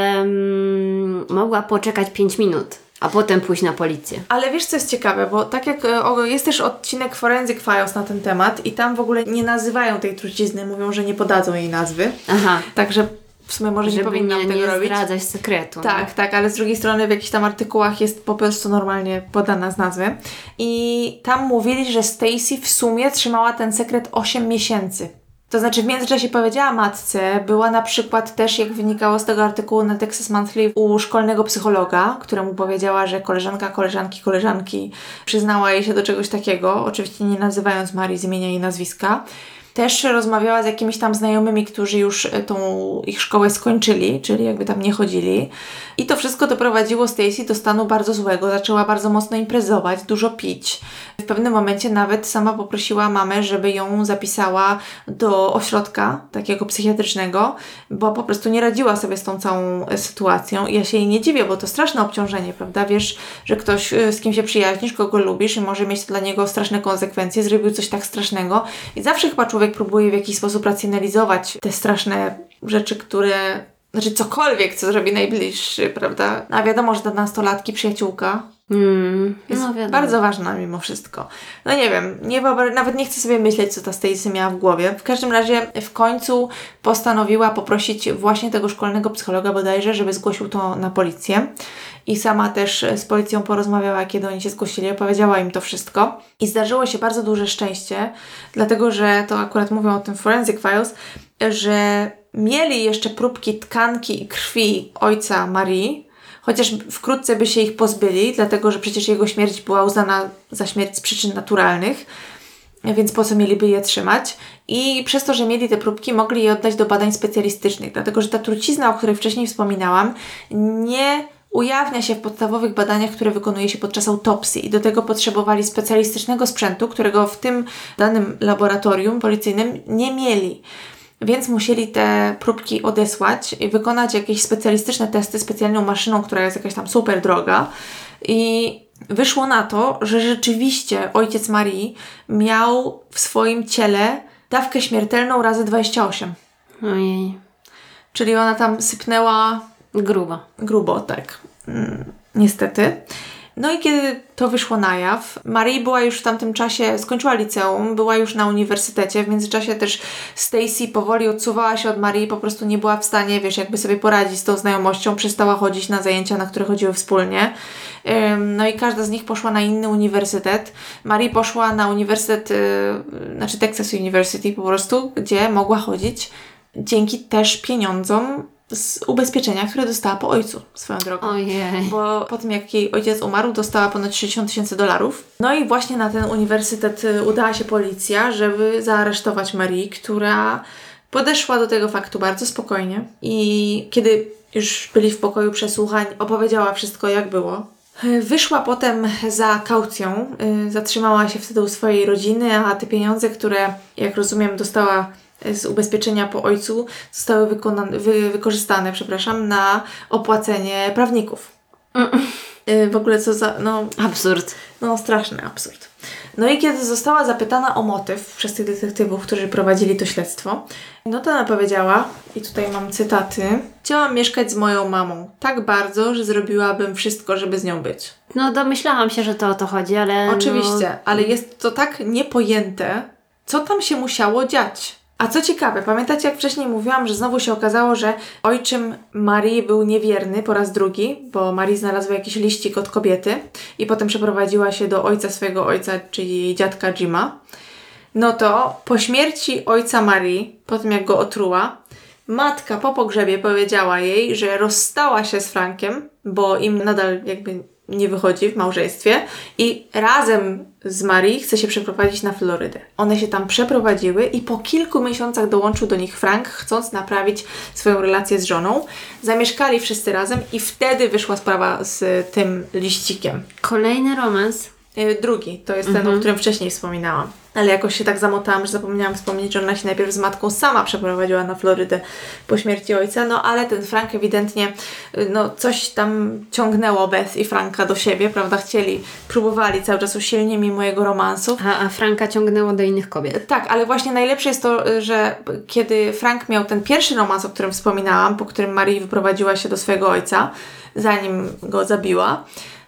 mm, mogła poczekać pięć minut, a potem pójść na policję. Ale wiesz, co jest ciekawe, bo tak jak o, jest też odcinek Forensic Files na ten temat i tam w ogóle nie nazywają tej trucizny, mówią, że nie podadzą jej nazwy. Aha. Także w sumie może Żeby nie powinnam nie, tego nie robić. zdradzać sekretu. Tak, no. tak, ale z drugiej strony w jakichś tam artykułach jest po prostu normalnie podana z nazwy. I tam mówili, że Stacy w sumie trzymała ten sekret osiem miesięcy. To znaczy w międzyczasie powiedziała matce, była na przykład też, jak wynikało z tego artykułu na Texas Monthly, u szkolnego psychologa, któremu powiedziała, że koleżanka, koleżanki, koleżanki przyznała jej się do czegoś takiego, oczywiście nie nazywając Marii z imienia i nazwiska. Też rozmawiała z jakimiś tam znajomymi, którzy już tą ich szkołę skończyli, czyli jakby tam nie chodzili. I to wszystko doprowadziło Stacy do stanu bardzo złego. Zaczęła bardzo mocno imprezować, dużo pić. W pewnym momencie nawet sama poprosiła mamę, żeby ją zapisała do ośrodka takiego psychiatrycznego, bo po prostu nie radziła sobie z tą całą sytuacją. I ja się jej nie dziwię, bo to straszne obciążenie, prawda? Wiesz, że ktoś, z kim się przyjaźnisz, kogo lubisz i może mieć dla niego straszne konsekwencje, zrobił coś tak strasznego. I zawsze chyba człowiek próbuje w jakiś sposób racjonalizować te straszne rzeczy, które... Znaczy cokolwiek, co zrobi najbliższy, prawda? A wiadomo, że ta nastolatki przyjaciółka mm, jest no wiadomo. bardzo ważna mimo wszystko. No nie wiem, nie wyobra- nawet nie chcę sobie myśleć, co ta Stacy miała w głowie. W każdym razie w końcu postanowiła poprosić właśnie tego szkolnego psychologa bodajże, żeby zgłosił to na policję. I sama też z policją porozmawiała, kiedy oni się zgłosili, opowiedziała im to wszystko. I zdarzyło się bardzo duże szczęście, dlatego że to akurat mówią o tym Forensic Files, że mieli jeszcze próbki tkanki i krwi ojca Marie, chociaż wkrótce by się ich pozbyli, dlatego że przecież jego śmierć była uznana za śmierć z przyczyn naturalnych, więc po co mieliby je trzymać? I przez to, że mieli te próbki, mogli je oddać do badań specjalistycznych, dlatego że ta trucizna, o której wcześniej wspominałam, nie ujawnia się w podstawowych badaniach, które wykonuje się podczas autopsji i do tego potrzebowali specjalistycznego sprzętu, którego w tym danym laboratorium policyjnym nie mieli. więc musieli te próbki odesłać i wykonać jakieś specjalistyczne testy specjalną maszyną, która jest jakaś tam super droga. I wyszło na to, że rzeczywiście ojciec Marii miał w swoim ciele dawkę śmiertelną razy dwadzieścia osiem. Ojej. Czyli ona tam sypnęła... Grubo. Grubo, tak. Mm, niestety. No i kiedy to wyszło na jaw, Marie była już w tamtym czasie, skończyła liceum, była już na uniwersytecie, w międzyczasie też Stacy powoli odsuwała się od Marie, po prostu nie była w stanie, wiesz, jakby sobie poradzić z tą znajomością, przestała chodzić na zajęcia, na które chodziły wspólnie. Ym, no i każda z nich poszła na inny uniwersytet. Marie poszła na uniwersytet, yy, znaczy Texas University po prostu, gdzie mogła chodzić dzięki też pieniądzom z ubezpieczenia, które dostała po ojcu swoją drogą. Ojej. Bo po tym, jak jej ojciec umarł, dostała ponad sześćdziesiąt tysięcy dolarów. No i właśnie na ten uniwersytet udała się policja, żeby zaaresztować Marie, która podeszła do tego faktu bardzo spokojnie i kiedy już byli w pokoju przesłuchań, opowiedziała wszystko, jak było. Wyszła potem za kaucją, zatrzymała się wtedy u swojej rodziny, a te pieniądze, które, jak rozumiem, dostała z ubezpieczenia po ojcu, zostały wykonane, wy, wykorzystane, przepraszam, na opłacenie prawników. Mm. W ogóle co za, no... Absurd. No, straszny absurd. No i kiedy została zapytana o motyw przez tych detektywów, którzy prowadzili to śledztwo, no to ona powiedziała, i tutaj mam cytaty: chciałam mieszkać z moją mamą tak bardzo, że zrobiłabym wszystko, żeby z nią być. No domyślałam się, że to o to chodzi, ale... Oczywiście, no... ale jest to tak niepojęte, co tam się musiało dziać. A co ciekawe, pamiętacie, jak wcześniej mówiłam, że znowu się okazało, że ojczym Marii był niewierny po raz drugi, bo Marii znalazła jakiś liścik od kobiety i potem przeprowadziła się do ojca swojego ojca, czyli jej dziadka Jima. No to po śmierci ojca Marii, po tym jak go otruła, matka po pogrzebie powiedziała jej, że rozstała się z Frankiem, bo im nadal jakby nie wychodzi w małżeństwie i razem z Marii chce się przeprowadzić na Florydę. One się tam przeprowadziły i po kilku miesiącach dołączył do nich Frank, chcąc naprawić swoją relację z żoną. Zamieszkali wszyscy razem i wtedy wyszła sprawa z tym liścikiem. Kolejny romans. Drugi, to jest mhm. ten, o którym wcześniej wspominałam. Ale jakoś się tak zamotałam, że zapomniałam wspomnieć, że ona się najpierw z matką sama przeprowadziła na Florydę po śmierci ojca, no ale ten Frank ewidentnie, no coś tam ciągnęło Beth i Franka do siebie, prawda, chcieli, próbowali cały czas usilnie mimo jego romansów. A, a Franka ciągnęło do innych kobiet. Tak, ale właśnie najlepsze jest to, że kiedy Frank miał ten pierwszy romans, o którym wspominałam, po którym Marie wyprowadziła się do swojego ojca, zanim go zabiła,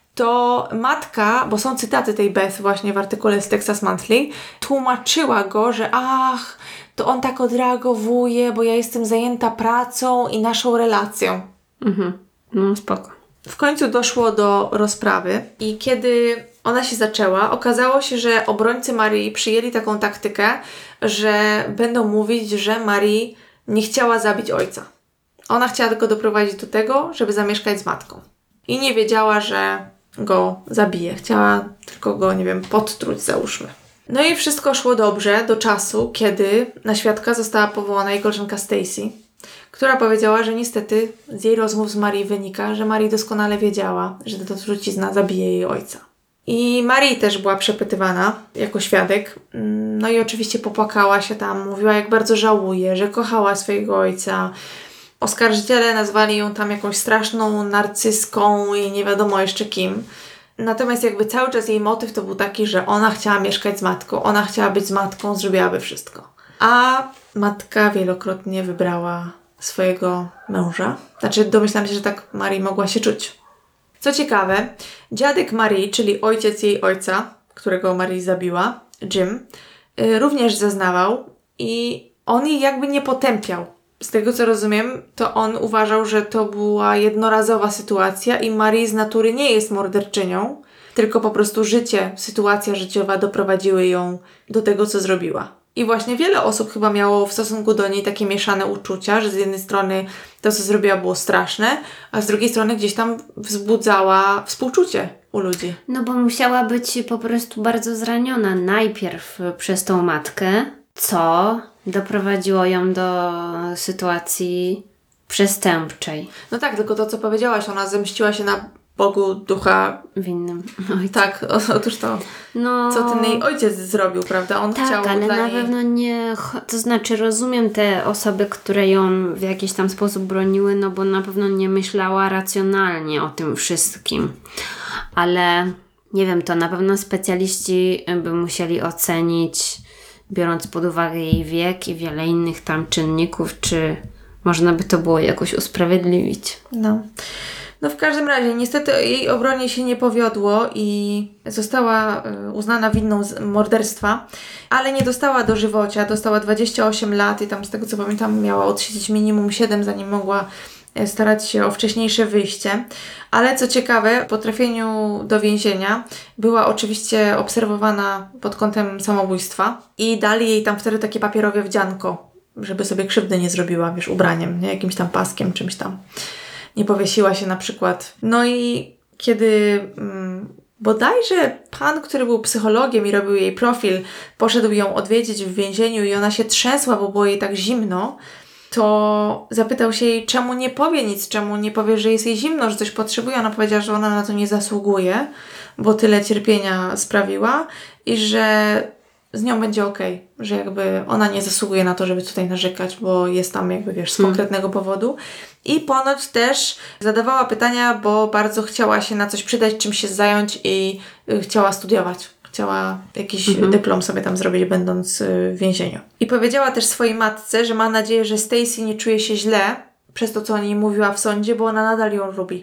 to matka, bo są cytaty tej Beth właśnie w artykule z Texas Monthly, tłumaczyła go, że ach, to on tak odreagowuje, bo ja jestem zajęta pracą i naszą relacją. Mhm, no spoko. W końcu doszło do rozprawy i kiedy ona się zaczęła, okazało się, że obrońcy Marii przyjęli taką taktykę, że będą mówić, że Marie nie chciała zabić ojca. Ona chciała tylko doprowadzić do tego, żeby zamieszkać z matką. I nie wiedziała, że go zabije. Chciała tylko go, nie wiem, podtruć, załóżmy. No i wszystko szło dobrze do czasu, kiedy na świadka została powołana jej koleżanka Stacy, która powiedziała, że niestety z jej rozmów z Marie wynika, że Marie doskonale wiedziała, że ta trucizna zabije jej ojca. I Marie też była przepytywana jako świadek. No i oczywiście popłakała się tam, mówiła, jak bardzo żałuje, że kochała swojego ojca. Oskarżyciele nazwali ją tam jakąś straszną narcyską i nie wiadomo jeszcze kim. Natomiast jakby cały czas jej motyw to był taki, że ona chciała mieszkać z matką, ona chciała być z matką, zrobiłaby wszystko. A matka wielokrotnie wybrała swojego męża. Znaczy domyślam się, że tak Marie mogła się czuć. Co ciekawe, dziadek Marie, czyli ojciec jej ojca, którego Marie zabiła, Jim, yy, również zeznawał i on jej jakby nie potępiał. Z tego co rozumiem, to on uważał, że to była jednorazowa sytuacja i Marie z natury nie jest morderczynią, tylko po prostu życie, sytuacja życiowa doprowadziły ją do tego, co zrobiła. I właśnie wiele osób chyba miało w stosunku do niej takie mieszane uczucia, że z jednej strony to, co zrobiła, było straszne, a z drugiej strony gdzieś tam wzbudzała współczucie u ludzi. No bo musiała być po prostu bardzo zraniona najpierw przez tą matkę, co doprowadziło ją do sytuacji przestępczej. No tak, tylko to, co powiedziałaś, ona zemściła się na Bogu ducha winnym. Oj, tak, o, otóż to, no, co ten jej ojciec zrobił, prawda? On tak, chciał ale dla na niej... pewno nie, to znaczy rozumiem te osoby, które ją w jakiś tam sposób broniły, no bo na pewno nie myślała racjonalnie o tym wszystkim, ale nie wiem, to na pewno specjaliści by musieli ocenić, biorąc pod uwagę jej wiek i wiele innych tam czynników, czy można by to było jakoś usprawiedliwić. No. No w każdym razie, niestety jej obronie się nie powiodło i została uznana winną z morderstwa, ale nie dostała dożywocia, dostała dwadzieścia osiem lat i tam z tego co pamiętam miała odsiedzieć minimum siedem, zanim mogła starać się o wcześniejsze wyjście. Ale co ciekawe, po trafieniu do więzienia była oczywiście obserwowana pod kątem samobójstwa i dali jej tam wtedy takie papierowe wdzianko, żeby sobie krzywdy nie zrobiła, wiesz, ubraniem, nie? Jakimś tam paskiem, czymś tam. Nie powiesiła się na przykład. No i kiedy mm, bodajże pan, który był psychologiem i robił jej profil, poszedł ją odwiedzić w więzieniu i ona się trzęsła, bo było jej tak zimno, to zapytał się jej, czemu nie powie nic, czemu nie powie, że jest jej zimno, że coś potrzebuje. Ona powiedziała, że ona na to nie zasługuje, bo tyle cierpienia sprawiła i że z nią będzie okej, że jakby ona nie zasługuje na to, żeby tutaj narzekać, bo jest tam jakby, wiesz, z Hmm. konkretnego powodu. I ponoć też zadawała pytania, bo bardzo chciała się na coś przydać, czym się zająć i y, chciała studiować. Chciała jakiś Mhm. dyplom sobie tam zrobić, będąc y, w więzieniu. I powiedziała też swojej matce, że ma nadzieję, że Stacy nie czuje się źle przez to, co o niej mówiła w sądzie, bo ona nadal ją lubi.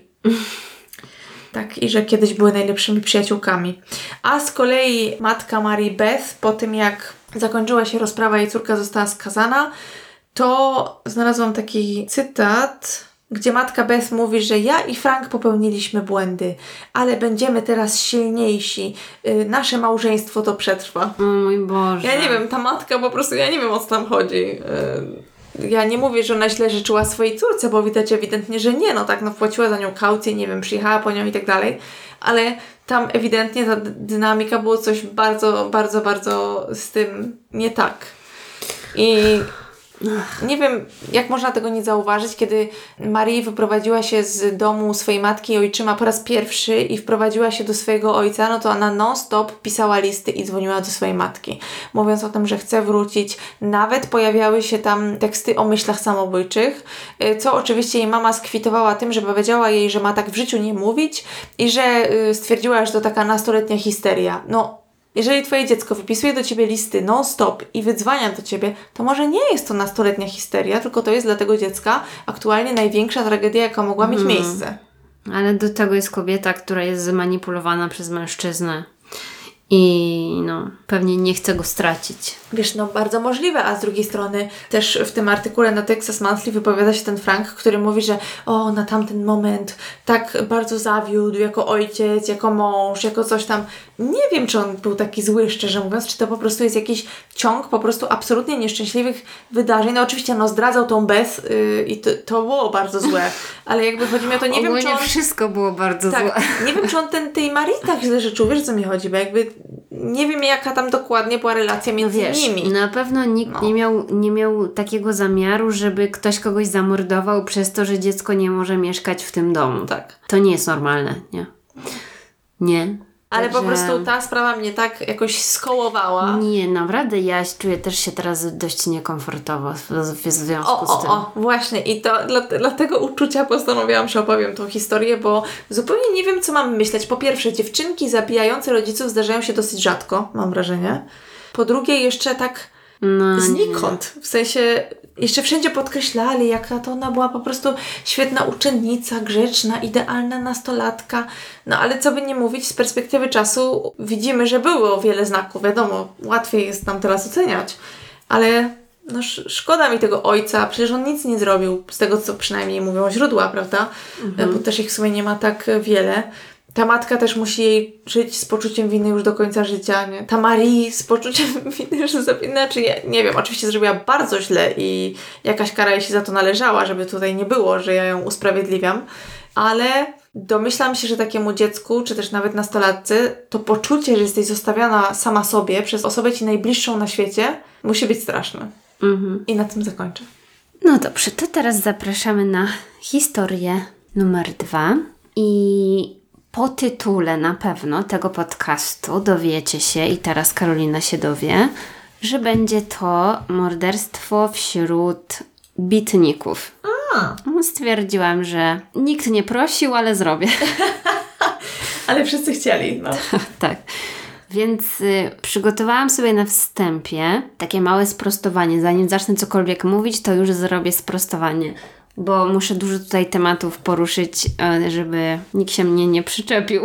Tak, i że kiedyś były najlepszymi przyjaciółkami. A z kolei matka Mary Beth, po tym jak zakończyła się rozprawa i córka została skazana, to znalazłam taki cytat, gdzie matka Beth mówi, że ja i Frank popełniliśmy błędy, ale będziemy teraz silniejsi. Yy, nasze małżeństwo to przetrwa. O mój Boże. Ja nie wiem, ta matka po prostu, ja nie wiem o co tam chodzi. Yy, ja nie mówię, że ona źle życzyła swojej córce, bo widać ewidentnie, że nie, no tak, no wpłaciła za nią kaucję, nie wiem, przyjechała po nią i tak dalej, ale tam ewidentnie ta dynamika było coś bardzo, bardzo, bardzo z tym nie tak. I nie wiem, jak można tego nie zauważyć, kiedy Marie wyprowadziła się z domu swojej matki i ojczyma po raz pierwszy i wprowadziła się do swojego ojca, no to ona non-stop pisała listy i dzwoniła do swojej matki, mówiąc o tym, że chce wrócić. Nawet pojawiały się tam teksty o myślach samobójczych, co oczywiście jej mama skwitowała tym, że powiedziała jej, że ma tak w życiu nie mówić i że stwierdziła, że to taka nastoletnia histeria. No, jeżeli twoje dziecko wypisuje do ciebie listy non-stop i wydzwania do ciebie, to może nie jest to nastoletnia histeria, tylko to jest dla tego dziecka aktualnie największa tragedia, jaka mogła mieć Hmm. miejsce. Ale do tego jest kobieta, która jest zmanipulowana przez mężczyznę i no, pewnie nie chce go stracić. Wiesz, no bardzo możliwe, a z drugiej strony też w tym artykule na Texas Monthly wypowiada się ten Frank, który mówi, że o, na tamten moment tak bardzo zawiódł jako ojciec, jako mąż, jako coś tam. Nie wiem, czy on był taki zły, szczerze mówiąc, czy to po prostu jest jakiś ciąg po prostu absolutnie nieszczęśliwych wydarzeń. No oczywiście, no zdradzał tą Beth yy, i to, to było bardzo złe, ale jakby chodzi mi o to, nie Ogólnie wiem, czy on... wszystko było bardzo tak, złe. nie wiem, czy on ten, tej Marii tak źle życzył, wiesz, co mi chodzi, bo jakby nie wiem, jaka tam dokładnie była relacja między Wiesz, nimi. na pewno nikt No. nie, miał, nie miał takiego zamiaru, żeby ktoś kogoś zamordował przez to, że dziecko nie może mieszkać w tym domu. Tak. To nie jest normalne, nie? Nie. Ale Także... po prostu ta sprawa mnie tak jakoś skołowała. Nie, naprawdę ja czuję też się teraz dość niekomfortowo w, w związku O, z tym. o, o, właśnie. I to dla, dla tego uczucia postanowiłam, że opowiem tą historię, bo zupełnie nie wiem, co mam myśleć. Po pierwsze, dziewczynki zabijające rodziców zdarzają się dosyć rzadko, mam wrażenie. Po drugie, jeszcze tak No, znikąd. W sensie jeszcze wszędzie podkreślali, jaka to ona była po prostu świetna uczennica, grzeczna, idealna nastolatka. No ale co by nie mówić, z perspektywy czasu widzimy, że było wiele znaków. Wiadomo, łatwiej jest nam teraz oceniać. Ale no sz- szkoda mi tego ojca, przecież on nic nie zrobił, z tego co przynajmniej mówią źródła, prawda? Mhm. Bo też ich w sumie nie ma tak wiele. Ta matka też musi jej żyć z poczuciem winy już do końca życia, nie? Ta Marie z poczuciem winy, że za... Znaczy, ja nie wiem, oczywiście zrobiła bardzo źle i jakaś kara jej się za to należała, żeby tutaj nie było, że ja ją usprawiedliwiam, ale domyślam się, że takiemu dziecku, czy też nawet nastolatce, to poczucie, że jesteś zostawiona sama sobie przez osobę ci najbliższą na świecie, musi być straszne. Mhm. I na tym zakończę. No dobrze, to teraz zapraszamy na historię numer dwa. I Po tytule na pewno tego podcastu dowiecie się, i teraz Karolina się dowie, że będzie to morderstwo wśród bitników. A. Stwierdziłam, że nikt nie prosił, ale zrobię. Ale wszyscy chcieli, no. Tak. Więc y, przygotowałam sobie na wstępie takie małe sprostowanie. Zanim zacznę cokolwiek mówić, to już zrobię sprostowanie. Bo muszę dużo tutaj tematów poruszyć, żeby nikt się mnie nie przyczepił.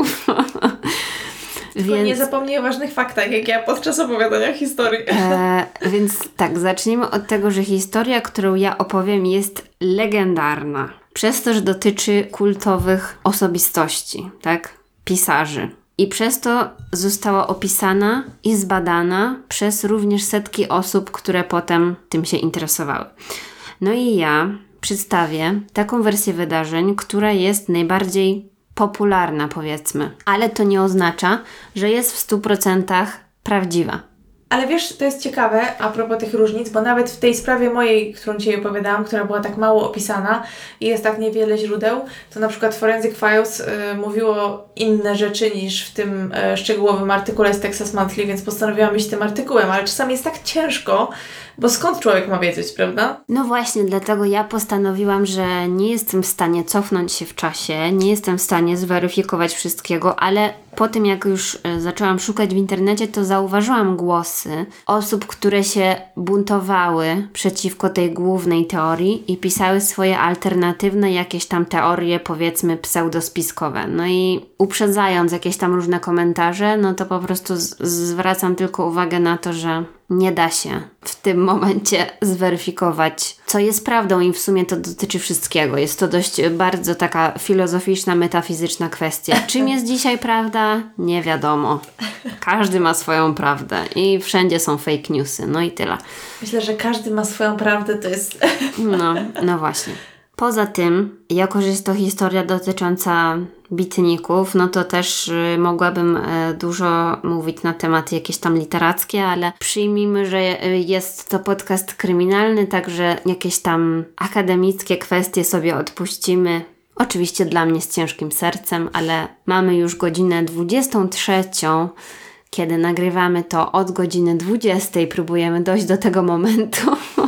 Tylko więc, nie zapomnij o ważnych faktach, jak ja podczas opowiadania historii. E, więc tak, zacznijmy od tego, że historia, którą ja opowiem, jest legendarna. Przez to, że dotyczy kultowych osobistości, tak? Pisarzy. I przez to została opisana i zbadana przez również setki osób, które potem tym się interesowały. No i ja przedstawię taką wersję wydarzeń, która jest najbardziej popularna, powiedzmy. Ale to nie oznacza, że jest w stu procentach prawdziwa. Ale wiesz, to jest ciekawe a propos tych różnic, bo nawet w tej sprawie mojej, którą Ci opowiadałam, która była tak mało opisana i jest tak niewiele źródeł, to na przykład Forensic Files y, mówiło inne rzeczy niż w tym y, szczegółowym artykule z Texas Monthly, więc postanowiłam iść tym artykułem, ale czasami jest tak ciężko, bo skąd człowiek ma wiedzieć, prawda? No właśnie, dlatego ja postanowiłam, że nie jestem w stanie cofnąć się w czasie, nie jestem w stanie zweryfikować wszystkiego, ale po tym jak już y, zaczęłam szukać w internecie, to zauważyłam głosy osób, które się buntowały przeciwko tej głównej teorii i pisały swoje alternatywne jakieś tam teorie, powiedzmy pseudospiskowe. No i uprzedzając jakieś tam różne komentarze, no to po prostu z- zwracam tylko uwagę na to, że nie da się w tym momencie zweryfikować, co jest prawdą i w sumie to dotyczy wszystkiego. Jest to dość bardzo taka filozoficzna, metafizyczna kwestia. Czym jest dzisiaj prawda? Nie wiadomo. Każdy ma swoją prawdę i wszędzie są fake newsy. No i tyle. Myślę, że każdy ma swoją prawdę, to jest... No, no właśnie. Poza tym, jako że jest to historia dotycząca bitników, no to też y, mogłabym y, dużo mówić na tematy jakieś tam literackie, ale przyjmijmy, że y, jest to podcast kryminalny, także jakieś tam akademickie kwestie sobie odpuścimy. Oczywiście dla mnie z ciężkim sercem, ale mamy już godzinę dwudziestą trzecią, kiedy nagrywamy to od godziny dwudziestej, próbujemy dojść do tego momentu.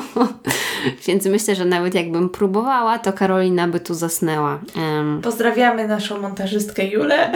Więc myślę, że nawet jakbym próbowała, to Karolina by tu zasnęła. Um. Pozdrawiamy naszą montażystkę Julę.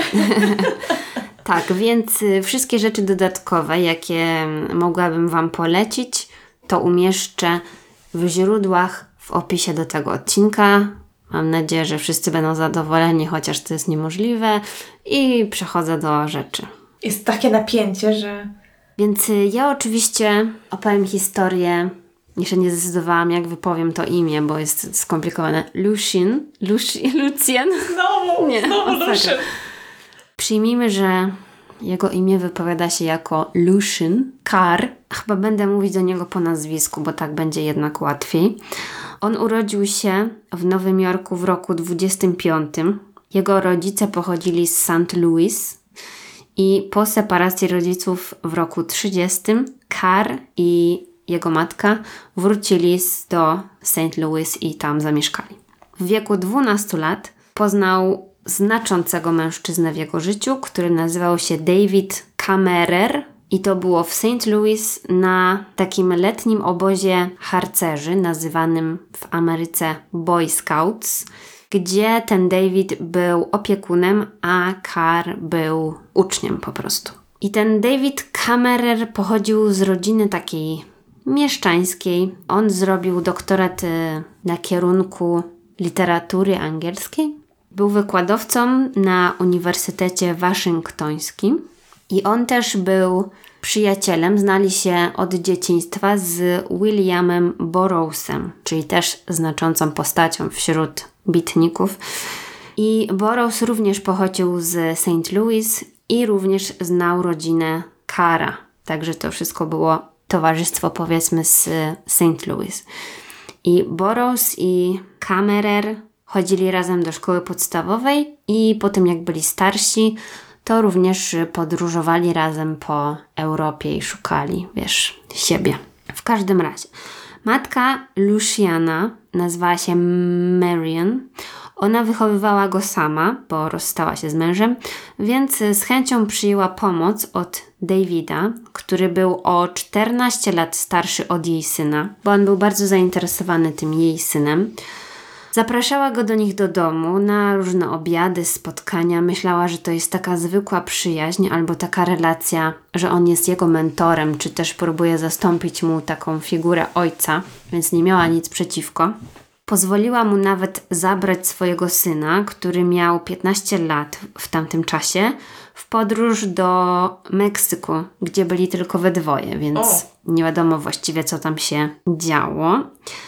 Tak, więc y, wszystkie rzeczy dodatkowe, jakie mogłabym Wam polecić, to umieszczę w źródłach w opisie do tego odcinka. Mam nadzieję, że wszyscy będą zadowoleni, chociaż to jest niemożliwe. I przechodzę do rzeczy. Jest takie napięcie, że... Więc y, ja oczywiście opowiem historię. Jeszcze nie zdecydowałam, jak wypowiem to imię, bo jest skomplikowane. Lucien? Luci, Lucien? Znowu, nie, znowu Lucien. Przyjmijmy, że jego imię wypowiada się jako Lucien Carr. Chyba będę mówić do niego po nazwisku, bo tak będzie jednak łatwiej. On urodził się w Nowym Jorku w roku dwudziestym piątym. Jego rodzice pochodzili z Saint Louis i po separacji rodziców w roku trzydziestym Carr i jego matka wrócili do Saint Louis i tam zamieszkali. W wieku dwunastu lat poznał znaczącego mężczyznę w jego życiu, który nazywał się David Kammerer i to było w Saint Louis na takim letnim obozie harcerzy nazywanym w Ameryce Boy Scouts, gdzie ten David był opiekunem, a Carr był uczniem po prostu. I ten David Kammerer pochodził z rodziny takiej mieszczańskiej. On zrobił doktorat na kierunku literatury angielskiej. Był wykładowcą na Uniwersytecie Waszyngtońskim i on też był przyjacielem, znali się od dzieciństwa z Williamem Burroughsem, czyli też znaczącą postacią wśród bitników. I Burroughs również pochodził z Saint Louis i również znał rodzinę Carra. Także to wszystko było towarzystwo, powiedzmy, z Saint Louis. I Burroughs i Kammerer chodzili razem do szkoły podstawowej i po tym jak byli starsi, to również podróżowali razem po Europie i szukali, wiesz, siebie. W każdym razie, matka Luciana nazywała się Marian Ona wychowywała go sama, bo rozstała się z mężem, więc z chęcią przyjęła pomoc od Davida, który był o czternaście lat starszy od jej syna, bo on był bardzo zainteresowany tym jej synem. Zapraszała go do nich do domu na różne obiady, spotkania. Myślała, że to jest taka zwykła przyjaźń albo taka relacja, że on jest jego mentorem, czy też próbuje zastąpić mu taką figurę ojca, więc nie miała nic przeciwko. Pozwoliła mu nawet zabrać swojego syna, który miał piętnaście lat w tamtym czasie, w podróż do Meksyku, gdzie byli tylko we dwoje, więc o. nie wiadomo właściwie, co tam się działo.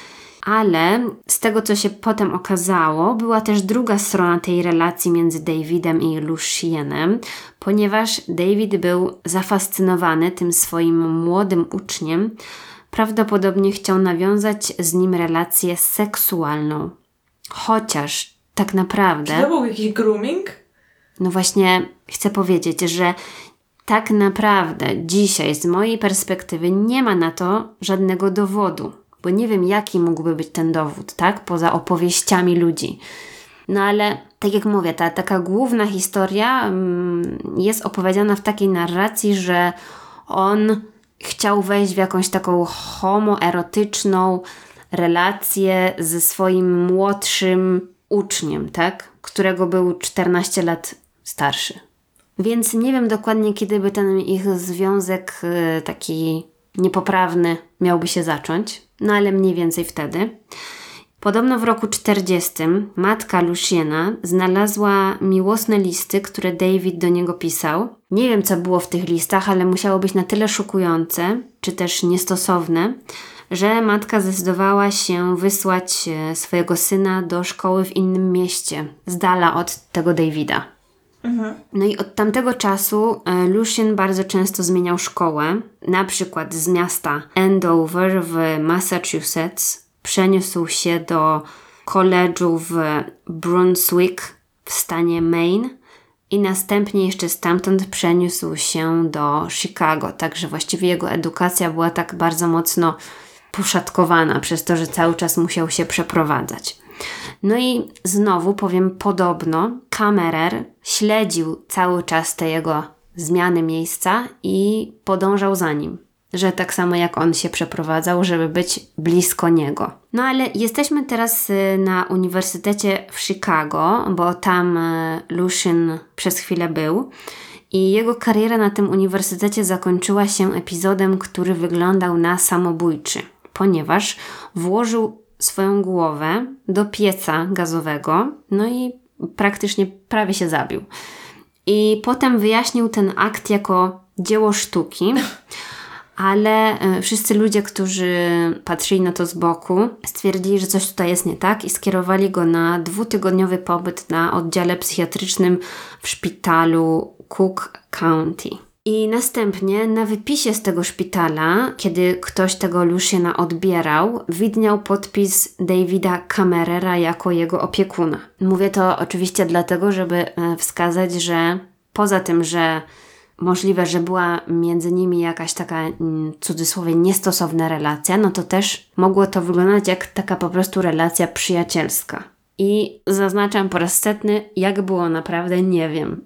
Ale z tego, co się potem okazało, była też druga strona tej relacji między Davidem i Lucienem, ponieważ David był zafascynowany tym swoim młodym uczniem. Prawdopodobnie chciał nawiązać z nim relację seksualną. Chociaż tak naprawdę... Czy to był jakiś grooming? No właśnie chcę powiedzieć, że tak naprawdę dzisiaj z mojej perspektywy nie ma na to żadnego dowodu. Bo nie wiem, jaki mógłby być ten dowód, tak? Poza opowieściami ludzi. No ale, tak jak mówię, ta taka główna historia mm, jest opowiedziana w takiej narracji, że on chciał wejść w jakąś taką homoerotyczną relację ze swoim młodszym uczniem, tak? Którego był czternaście lat starszy. Więc nie wiem dokładnie, kiedy by ten ich związek y, taki niepoprawny miałby się zacząć. No ale mniej więcej wtedy. Podobno w roku czterdziestym matka Luciena znalazła miłosne listy, które David do niego pisał. Nie wiem, co było w tych listach, ale musiało być na tyle szokujące, czy też niestosowne, że matka zdecydowała się wysłać swojego syna do szkoły w innym mieście, z dala od tego Davida. Mhm. No i od tamtego czasu Lucien bardzo często zmieniał szkołę. Na przykład z miasta Andover w Massachusetts przeniósł się do college'u w Brunswick w stanie Maine i następnie jeszcze stamtąd przeniósł się do Chicago. Także właściwie jego edukacja była tak bardzo mocno poszatkowana przez to, że cały czas musiał się przeprowadzać. No i znowu powiem podobno, Kammerer śledził cały czas te jego zmiany miejsca i podążał za nim. Że tak samo jak on się przeprowadzał, żeby być blisko niego. No ale jesteśmy teraz na Uniwersytecie w Chicago, bo tam Lucien przez chwilę był. I jego kariera na tym uniwersytecie zakończyła się epizodem, który wyglądał na samobójczy. Ponieważ włożył swoją głowę do pieca gazowego, no i praktycznie prawie się zabił. I potem wyjaśnił ten akt jako dzieło sztuki, ale wszyscy ludzie, którzy patrzyli na to z boku, stwierdzili, że coś tutaj jest nie tak i skierowali go na dwutygodniowy pobyt na oddziale psychiatrycznym w szpitalu Cook County. I następnie na wypisie z tego szpitala, kiedy ktoś tego Luciena odbierał, widniał podpis Davida Kammerera jako jego opiekuna. Mówię to oczywiście dlatego, żeby wskazać, że poza tym, że możliwe, że była między nimi jakaś taka, w cudzysłowie, niestosowna relacja, no to też mogło to wyglądać jak taka po prostu relacja przyjacielska. I zaznaczam po raz setny, jak było naprawdę, nie wiem.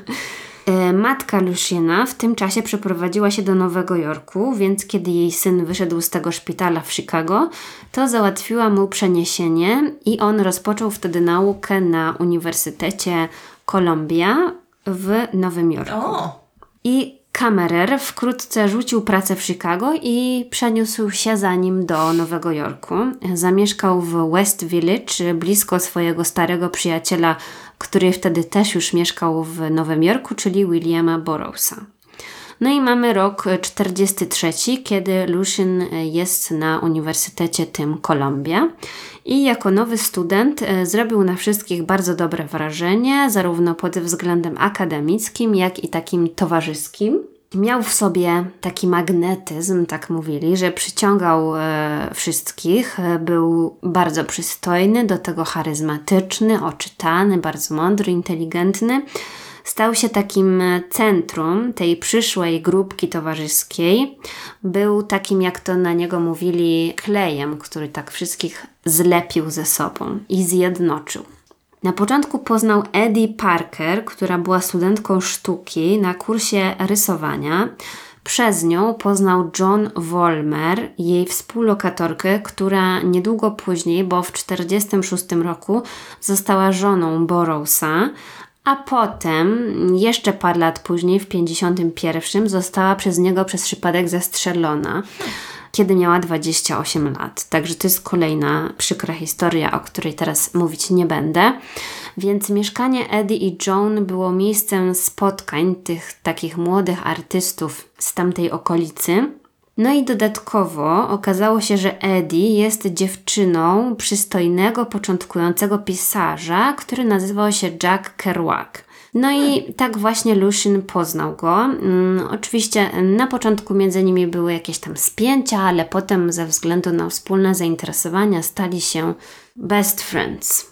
Matka Luciena w tym czasie przeprowadziła się do Nowego Jorku, więc kiedy jej syn wyszedł z tego szpitala w Chicago, to załatwiła mu przeniesienie i on rozpoczął wtedy naukę na Uniwersytecie Columbia w Nowym Jorku. Oh. I Kammerer wkrótce rzucił pracę w Chicago i przeniósł się za nim do Nowego Jorku. Zamieszkał w West Village, blisko swojego starego przyjaciela, który wtedy też już mieszkał w Nowym Jorku, czyli Williama Burroughsa. No i mamy rok czterdziesty trzeci, kiedy Lucien jest na Uniwersytecie tym Columbia i jako nowy student zrobił na wszystkich bardzo dobre wrażenie, zarówno pod względem akademickim, jak i takim towarzyskim. Miał w sobie taki magnetyzm, tak mówili, że przyciągał e, wszystkich, był bardzo przystojny, do tego charyzmatyczny, oczytany, bardzo mądry, inteligentny. Stał się takim centrum tej przyszłej grupki towarzyskiej. Był takim, jak to na niego mówili, klejem, który tak wszystkich zlepił ze sobą i zjednoczył. Na początku poznał Eddie Parker, która była studentką sztuki na kursie rysowania. Przez nią poznał Joan Vollmer, jej współlokatorkę, która niedługo później, bo w tysiąc dziewięćset czterdziestym szóstym roku, została żoną Burroughsa, a potem, jeszcze parę lat później, w tysiąc dziewięćset pięćdziesiątym pierwszym, została przez niego przez przypadek zastrzelona, kiedy miała dwadzieścia osiem lat. Także to jest kolejna przykra historia, o której teraz mówić nie będę. Więc mieszkanie Eddie i Joan było miejscem spotkań tych takich młodych artystów z tamtej okolicy. No i dodatkowo okazało się, że Eddie jest dziewczyną przystojnego, początkującego pisarza, który nazywał się Jack Kerouac. No i tak właśnie Lucien poznał go. Hmm, oczywiście na początku między nimi były jakieś tam spięcia, ale potem ze względu na wspólne zainteresowania stali się best friends.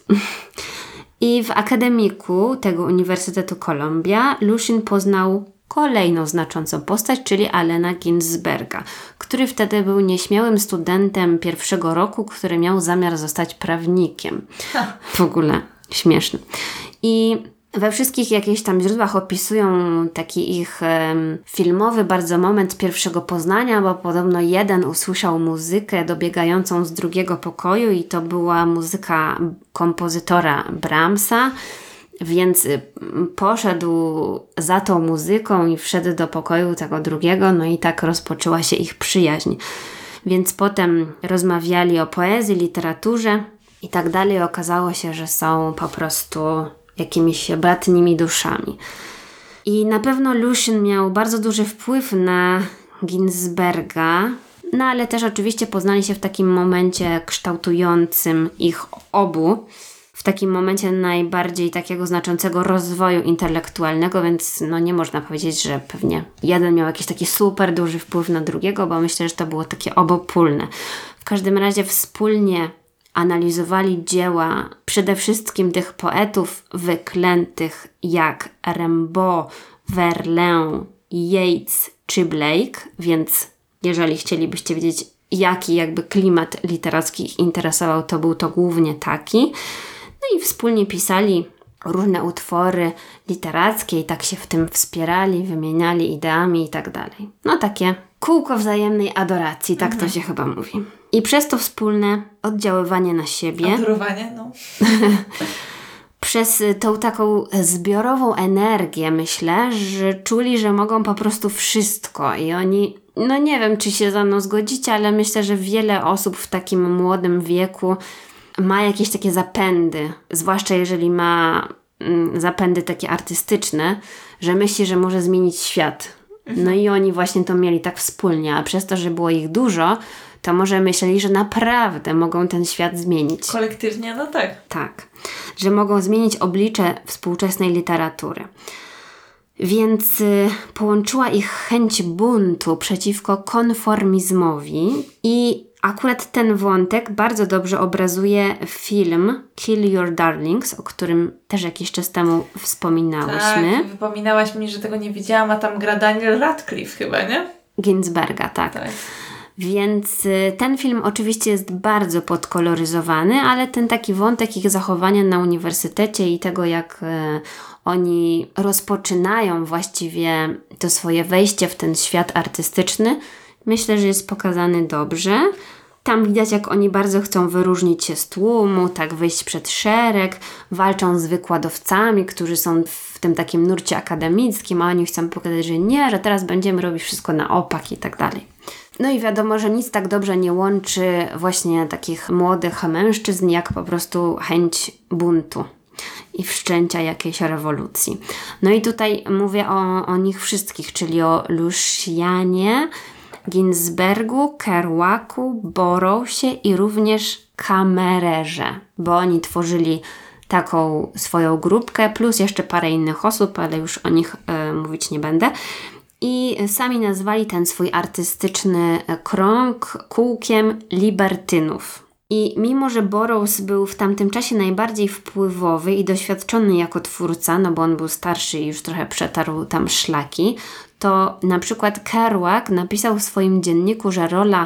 I w akademiku tego Uniwersytetu Columbia Lucien poznał kolejną znaczącą postać, czyli Allena Ginsberga, który wtedy był nieśmiałym studentem pierwszego roku, który miał zamiar zostać prawnikiem. W ogóle śmieszny. I we wszystkich jakichś tam źródłach opisują taki ich um, filmowy bardzo moment pierwszego poznania, bo podobno jeden usłyszał muzykę dobiegającą z drugiego pokoju i to była muzyka kompozytora Brahmsa, więc poszedł za tą muzyką i wszedł do pokoju tego drugiego, no i tak rozpoczęła się ich przyjaźń. Więc potem rozmawiali o poezji, literaturze i tak dalej. Okazało się, że są po prostu jakimiś bratnimi duszami. I na pewno Lucien miał bardzo duży wpływ na Ginsberga, no ale też oczywiście poznali się w takim momencie kształtującym ich obu, w takim momencie najbardziej takiego znaczącego rozwoju intelektualnego, więc no nie można powiedzieć, że pewnie jeden miał jakiś taki super duży wpływ na drugiego, bo myślę, że to było takie obopólne. W każdym razie wspólnie analizowali dzieła przede wszystkim tych poetów wyklętych jak Rimbaud, Verlaine, Yeats czy Blake, więc jeżeli chcielibyście wiedzieć, jaki jakby klimat literacki ich interesował, to był to głównie taki. No i wspólnie pisali różne utwory literackie i tak się w tym wspierali, wymieniali ideami i tak dalej. No takie kółko wzajemnej adoracji, tak mhm. to się chyba mówi. I przez to wspólne oddziaływanie na siebie. Adorowanie, no. Przez tą taką zbiorową energię, myślę, że czuli, że mogą po prostu wszystko i oni, no nie wiem, czy się za mną zgodzicie, ale myślę, że wiele osób w takim młodym wieku ma jakieś takie zapędy, zwłaszcza jeżeli ma mm, zapędy takie artystyczne, że myśli, że może zmienić świat. No i oni właśnie to mieli tak wspólnie, a przez to, że było ich dużo, to może myśleli, że naprawdę mogą ten świat zmienić. Kolektywnie, no tak. Tak, że mogą zmienić oblicze współczesnej literatury. Więc y, połączyła ich chęć buntu przeciwko konformizmowi i akurat ten wątek bardzo dobrze obrazuje film Kill Your Darlings, o którym też jakiś czas temu wspominałyśmy. Tak, wypominałaś mi, że tego nie widziałam, a tam gra Daniel Radcliffe chyba, nie? Ginsberga, tak. tak. Więc y, ten film oczywiście jest bardzo podkoloryzowany, ale ten taki wątek ich zachowania na uniwersytecie i tego, jak y, oni rozpoczynają właściwie to swoje wejście w ten świat artystyczny, myślę, że jest pokazany dobrze. Tam widać, jak oni bardzo chcą wyróżnić się z tłumu, tak wyjść przed szereg, walczą z wykładowcami, którzy są w tym takim nurcie akademickim, a oni chcą pokazać, że nie, że teraz będziemy robić wszystko na opak i tak dalej. No i wiadomo, że nic tak dobrze nie łączy właśnie takich młodych mężczyzn, jak po prostu chęć buntu i wszczęcia jakiejś rewolucji. No i tutaj mówię o, o nich wszystkich, czyli o Lucianie, Ginsbergu, Kerouacu, Burroughsie i również Kammererze, bo oni tworzyli taką swoją grupkę, plus jeszcze parę innych osób, ale już o nich y, mówić nie będę. I sami nazwali ten swój artystyczny krąg kółkiem libertynów. I mimo, że Burroughs był w tamtym czasie najbardziej wpływowy i doświadczony jako twórca, no bo on był starszy i już trochę przetarł tam szlaki, to na przykład Kerouac napisał w swoim dzienniku, że rola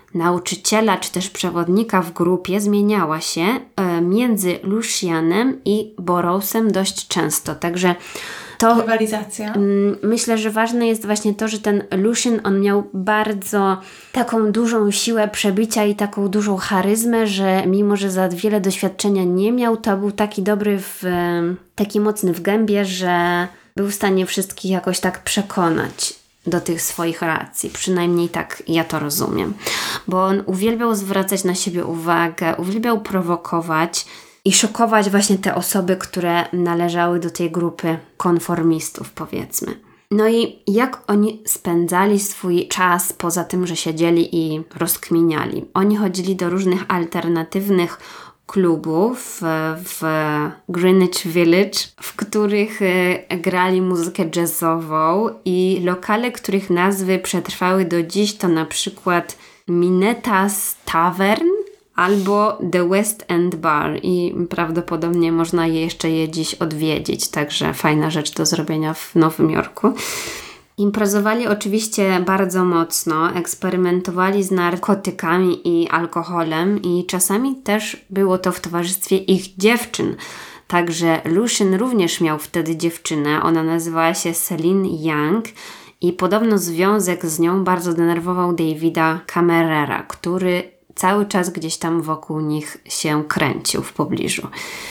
nauczyciela czy też przewodnika w grupie zmieniała się e, między Lucianem i Burrowsem dość często. Także to rywalizacja. Mm, myślę, że ważne jest właśnie to, że ten Lucian, on miał bardzo taką dużą siłę przebicia i taką dużą charyzmę, że mimo, że za wiele doświadczenia nie miał, to był taki dobry, w, taki mocny w gębie, że był w stanie wszystkich jakoś tak przekonać do tych swoich racji. Przynajmniej tak ja to rozumiem. Bo on uwielbiał zwracać na siebie uwagę, uwielbiał prowokować i szokować właśnie te osoby, które należały do tej grupy konformistów, powiedzmy. No i jak oni spędzali swój czas poza tym, że siedzieli i rozkminiali? Oni chodzili do różnych alternatywnych klubów w Greenwich Village, w których grali muzykę jazzową i lokale, których nazwy przetrwały do dziś, to na przykład Mineta's Tavern albo The West End Bar i prawdopodobnie można je jeszcze je dziś odwiedzić, także fajna rzecz do zrobienia w Nowym Jorku. Imprezowali oczywiście bardzo mocno, eksperymentowali z narkotykami i alkoholem i czasami też było to w towarzystwie ich dziewczyn. Także Lucian również miał wtedy dziewczynę, ona nazywała się Celine Young i podobno związek z nią bardzo denerwował Davida Camerera, który cały czas gdzieś tam wokół nich się kręcił w pobliżu.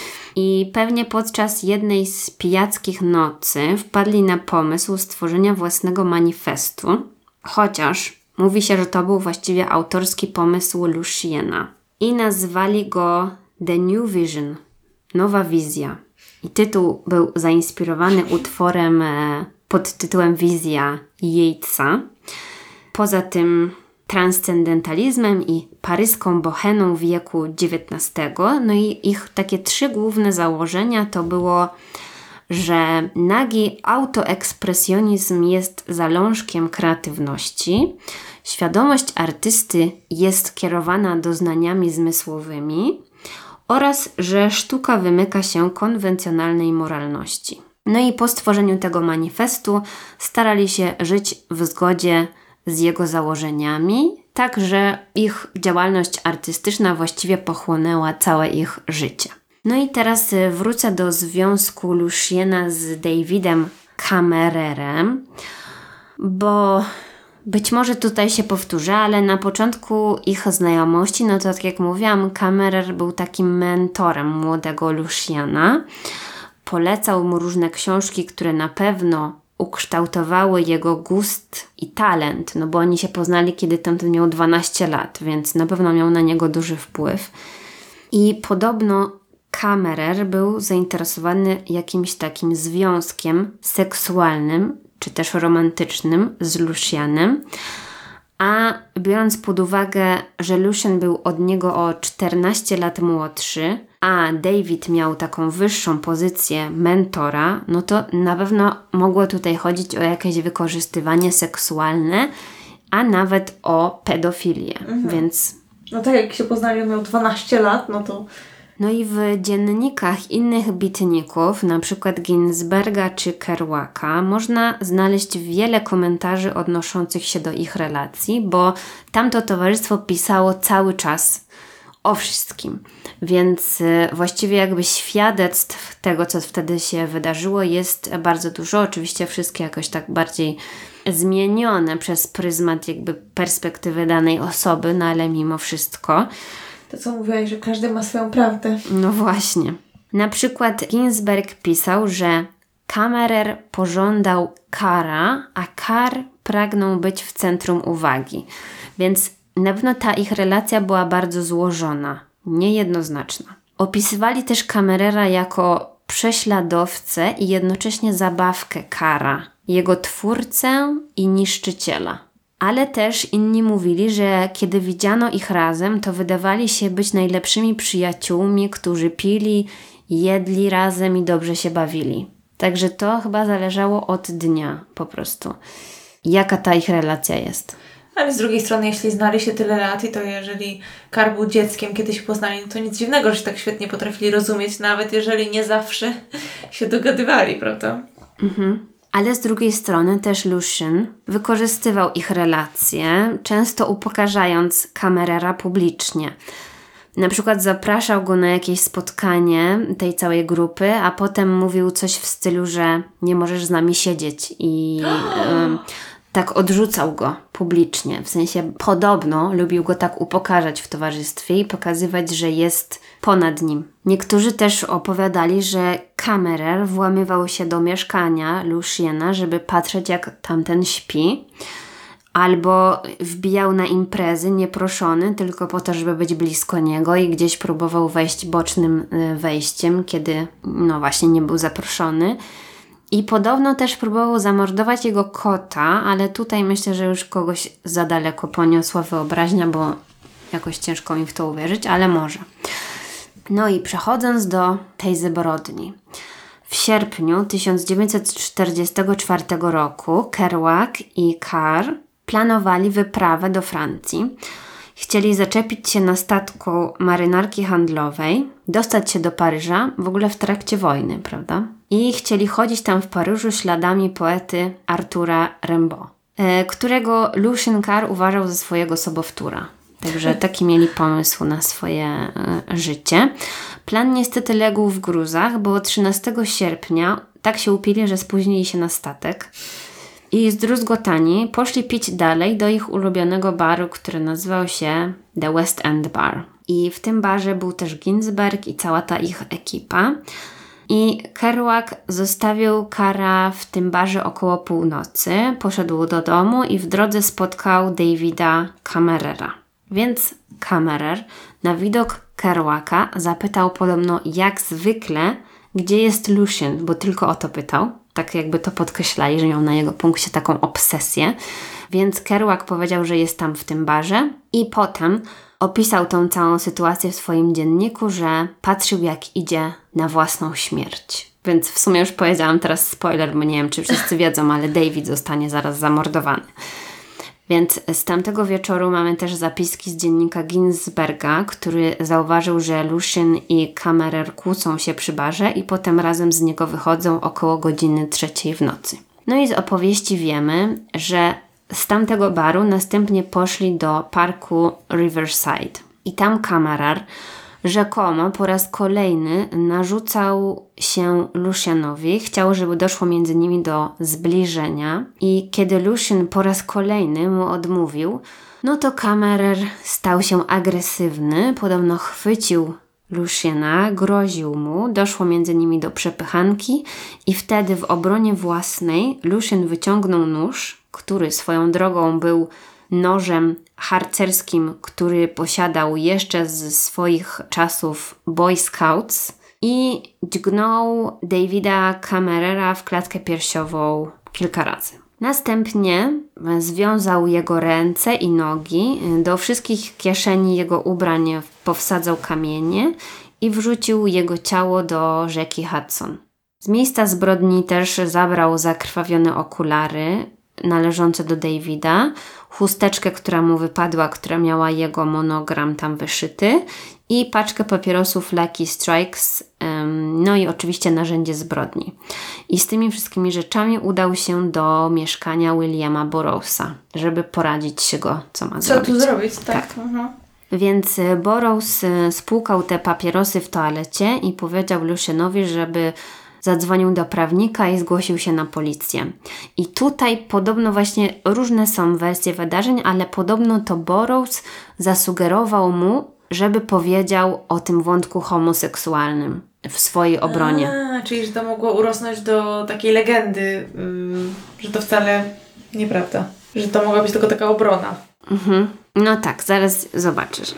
I pewnie podczas jednej z pijackich nocy wpadli na pomysł stworzenia własnego manifestu, chociaż mówi się, że to był właściwie autorski pomysł Luciana. I nazwali go The New Vision, Nowa Wizja. I tytuł był zainspirowany utworem pod tytułem Wizja Yeatsa. Poza tym transcendentalizmem i paryską boheną wieku dziewiętnastego. No i ich takie trzy główne założenia to było, że nagi autoekspresjonizm jest zalążkiem kreatywności, świadomość artysty jest kierowana doznaniami zmysłowymi oraz, że sztuka wymyka się konwencjonalnej moralności. No i po stworzeniu tego manifestu starali się żyć w zgodzie z jego założeniami, tak że ich działalność artystyczna właściwie pochłonęła całe ich życie. No i teraz wrócę do związku Luciana z Davidem Camererem, bo być może tutaj się powtórzę, ale na początku ich znajomości, no to tak jak mówiłam, Camerer był takim mentorem młodego Luciana. Polecał mu różne książki, które na pewno ukształtowały jego gust i talent, no bo oni się poznali, kiedy tamten miał dwanaście lat, więc na pewno miał na niego duży wpływ. I podobno Camerer był zainteresowany jakimś takim związkiem seksualnym, czy też romantycznym z Lucianem, a biorąc pod uwagę, że Lucian był od niego o czternaście lat młodszy, a David miał taką wyższą pozycję mentora, no to na pewno mogło tutaj chodzić o jakieś wykorzystywanie seksualne, a nawet o pedofilię, mhm. więc... No tak, jak się poznali, on miał dwanaście lat, no to... No i w dziennikach innych bitników, na przykład Ginsberga czy Kerouaka, można znaleźć wiele komentarzy odnoszących się do ich relacji, bo tamto towarzystwo pisało cały czas o wszystkim. Więc właściwie jakby świadectw tego, co wtedy się wydarzyło, jest bardzo dużo. Oczywiście wszystkie jakoś tak bardziej zmienione przez pryzmat jakby perspektywy danej osoby, no ale mimo wszystko... To co mówiłaś, że każdy ma swoją prawdę. No właśnie. Na przykład Ginsberg pisał, że Camerer pożądał Cara, a Car pragnął być w centrum uwagi. Więc na pewno ta ich relacja była bardzo złożona, niejednoznaczna. Opisywali też Camerera jako prześladowcę i jednocześnie zabawkę Cara, jego twórcę i niszczyciela. Ale też inni mówili, że kiedy widziano ich razem, to wydawali się być najlepszymi przyjaciółmi, którzy pili, jedli razem i dobrze się bawili. Także to chyba zależało od dnia po prostu, jaka ta ich relacja jest. Ale z drugiej strony, jeśli znali się tyle lat i to jeżeli Car był dzieckiem, kiedy się poznali, to nic dziwnego, że się tak świetnie potrafili rozumieć, nawet jeżeli nie zawsze się dogadywali, prawda? Mhm. Ale z drugiej strony też Lucien wykorzystywał ich relacje, często upokarzając Kammerera publicznie. Na przykład zapraszał go na jakieś spotkanie tej całej grupy, a potem mówił coś w stylu, że nie możesz z nami siedzieć i y, tak odrzucał go publicznie. W sensie podobno lubił go tak upokarzać w towarzystwie i pokazywać, że jest ponad nim. Niektórzy też opowiadali, że Kammerer włamywał się do mieszkania Luciena, żeby patrzeć, jak tamten śpi. Albo wbijał na imprezy nieproszony, tylko po to, żeby być blisko niego i gdzieś próbował wejść bocznym wejściem, kiedy no właśnie nie był zaproszony. I podobno też próbował zamordować jego kota, ale tutaj myślę, że już kogoś za daleko poniosła wyobraźnia, bo jakoś ciężko mi w to uwierzyć, ale może. No i przechodząc do tej zbrodni. W sierpniu tysiąc dziewięćset czterdziestego czwartego roku Kerouac i Carr planowali wyprawę do Francji. Chcieli zaczepić się na statku marynarki handlowej, dostać się do Paryża, w ogóle w trakcie wojny, prawda? I chcieli chodzić tam w Paryżu śladami poety Artura Rimbaud, którego Lucien Carr uważał za swojego sobowtóra. Także taki mieli pomysł na swoje y, życie. Plan niestety legł w gruzach, bo trzynastego sierpnia tak się upili, że spóźnili się na statek. I zdruzgotani poszli pić dalej do ich ulubionego baru, który nazywał się The West End Bar. I w tym barze był też Ginsberg i cała ta ich ekipa. I Kerouac zostawił Carra w tym barze około północy, poszedł do domu i w drodze spotkał Davida Kammerera. Więc Kammerer na widok Kerouaca zapytał podobno jak zwykle, gdzie jest Lucien, bo tylko o to pytał. Tak jakby to podkreślali, że miał na jego punkcie taką obsesję. Więc Kerouac powiedział, że jest tam w tym barze i potem opisał tą całą sytuację w swoim dzienniku, że patrzył jak idzie na własną śmierć. Więc w sumie już powiedziałam teraz spoiler, bo nie wiem czy wszyscy wiedzą, ale David zostanie zaraz zamordowany. Więc z tamtego wieczoru mamy też zapiski z dziennika Ginsberga, który zauważył, że Lucien i Kammerer kłócą się przy barze i potem razem z niego wychodzą około godziny trzeciej w nocy. No i z opowieści wiemy, że z tamtego baru następnie poszli do parku Riverside. I tam Kammerer rzekomo po raz kolejny narzucał się Lucienowi, chciał, żeby doszło między nimi do zbliżenia i kiedy Lucien po raz kolejny mu odmówił, no to Kammerer stał się agresywny, podobno chwycił Luciena, groził mu, doszło między nimi do przepychanki i wtedy w obronie własnej Lucien wyciągnął nóż, który swoją drogą był nożem harcerskim, który posiadał jeszcze z swoich czasów Boy Scouts i dźgnął Davida Kammerera w klatkę piersiową kilka razy. Następnie związał jego ręce i nogi, do wszystkich kieszeni jego ubrań powsadzał kamienie i wrzucił jego ciało do rzeki Hudson. Z miejsca zbrodni też zabrał zakrwawione okulary należące do Davida, chusteczkę, która mu wypadła, która miała jego monogram tam wyszyty i paczkę papierosów Lucky Strikes, um, no i oczywiście narzędzie zbrodni. I z tymi wszystkimi rzeczami udał się do mieszkania Williama Burroughsa, żeby poradzić się go, co ma co zrobić. Co tu zrobić, tak. tak. Mhm. Więc Burroughs spłukał te papierosy w toalecie i powiedział Lucienowi, żeby zadzwonił do prawnika i zgłosił się na policję. I tutaj podobno właśnie różne są wersje wydarzeń, ale podobno to Burroughs zasugerował mu, żeby powiedział o tym wątku homoseksualnym w swojej obronie. A, czyli że to mogło urosnąć do takiej legendy, yy, że to wcale nieprawda. Że to mogła być tylko taka obrona. Mhm. No tak, zaraz zobaczysz.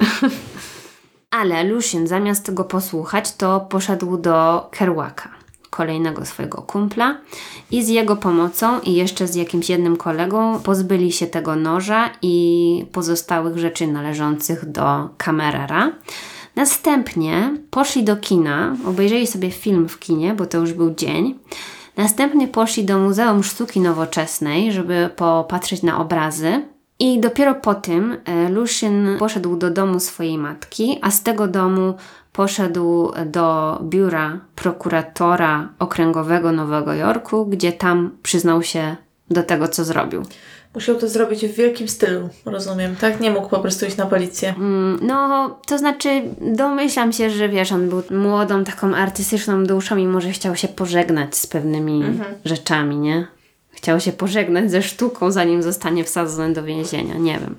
Ale Lucien zamiast go posłuchać, to poszedł do Kerouaca, kolejnego swojego kumpla i z jego pomocą i jeszcze z jakimś jednym kolegą pozbyli się tego noża i pozostałych rzeczy należących do Kammerera. Następnie poszli do kina, obejrzeli sobie film w kinie, bo to już był dzień. Następnie poszli do Muzeum Sztuki Nowoczesnej, żeby popatrzeć na obrazy. I dopiero po tym Lucien poszedł do domu swojej matki, a z tego domu poszedł do biura prokuratora okręgowego Nowego Jorku, gdzie tam przyznał się do tego, co zrobił. Musiał to zrobić w wielkim stylu, rozumiem, tak? Nie mógł po prostu iść na policję. Mm, no, to znaczy domyślam się, że wiesz, on był młodą, taką artystyczną duszą i może chciał się pożegnać z pewnymi mhm. rzeczami, nie? Chciał się pożegnać ze sztuką, zanim zostanie wsadzony do więzienia, nie wiem.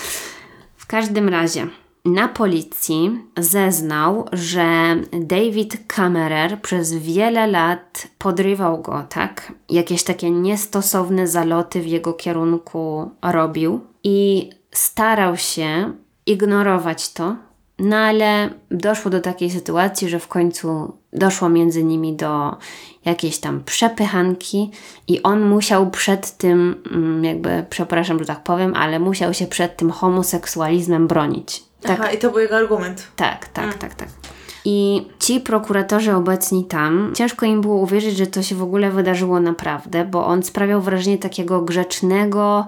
W każdym razie na policji zeznał, że David Kammerer przez wiele lat podrywał go, tak? Jakieś takie niestosowne zaloty w jego kierunku robił i starał się ignorować to, no ale doszło do takiej sytuacji, że w końcu doszło między nimi do jakiejś tam przepychanki i on musiał przed tym, jakby, przepraszam, że tak powiem, ale musiał się przed tym homoseksualizmem bronić. Tak. Aha, i to był jego argument. Tak, tak, mm. tak, tak. I ci prokuratorzy obecni tam, ciężko im było uwierzyć, że to się w ogóle wydarzyło naprawdę, bo on sprawiał wrażenie takiego grzecznego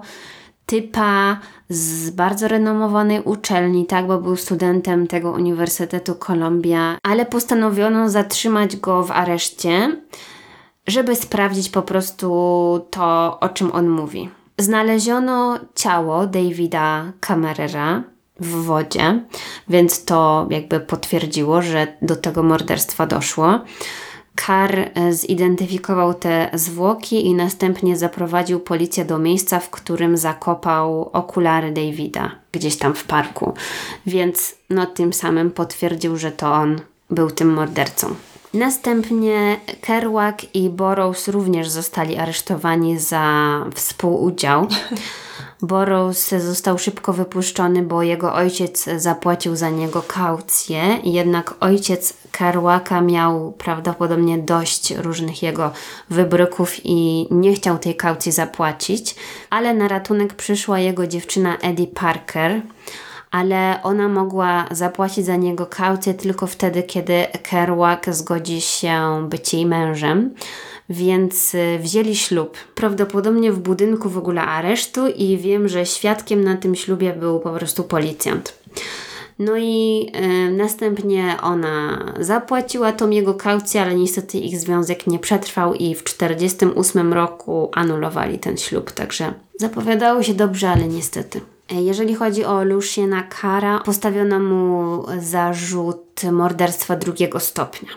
typa z bardzo renomowanej uczelni, tak, bo był studentem tego Uniwersytetu Columbia, ale postanowiono zatrzymać go w areszcie, żeby sprawdzić po prostu to, o czym on mówi. Znaleziono ciało Davida Kammerera w wodzie, więc to jakby potwierdziło, że do tego morderstwa doszło. Carr zidentyfikował te zwłoki i następnie zaprowadził policję do miejsca, w którym zakopał okulary Davida, gdzieś tam w parku. Więc no tym samym potwierdził, że to on był tym mordercą. Następnie Kerouac i Burroughs również zostali aresztowani za współudział. Burroughs został szybko wypuszczony, bo jego ojciec zapłacił za niego kaucję, jednak ojciec Kerouaca miał prawdopodobnie dość różnych jego wybryków i nie chciał tej kaucji zapłacić, ale na ratunek przyszła jego dziewczyna Eddie Parker, ale ona mogła zapłacić za niego kaucję tylko wtedy, kiedy Kerouac zgodzi się być jej mężem. Więc wzięli ślub. Prawdopodobnie w budynku w ogóle aresztu i wiem, że świadkiem na tym ślubie był po prostu policjant. No i y, następnie ona zapłaciła tą jego kaucję, ale niestety ich związek nie przetrwał i w czterdziestym ósmym roku anulowali ten ślub. Także zapowiadało się dobrze, ale niestety. Jeżeli chodzi o Luciana Carra, postawiono mu zarzut morderstwa drugiego stopnia.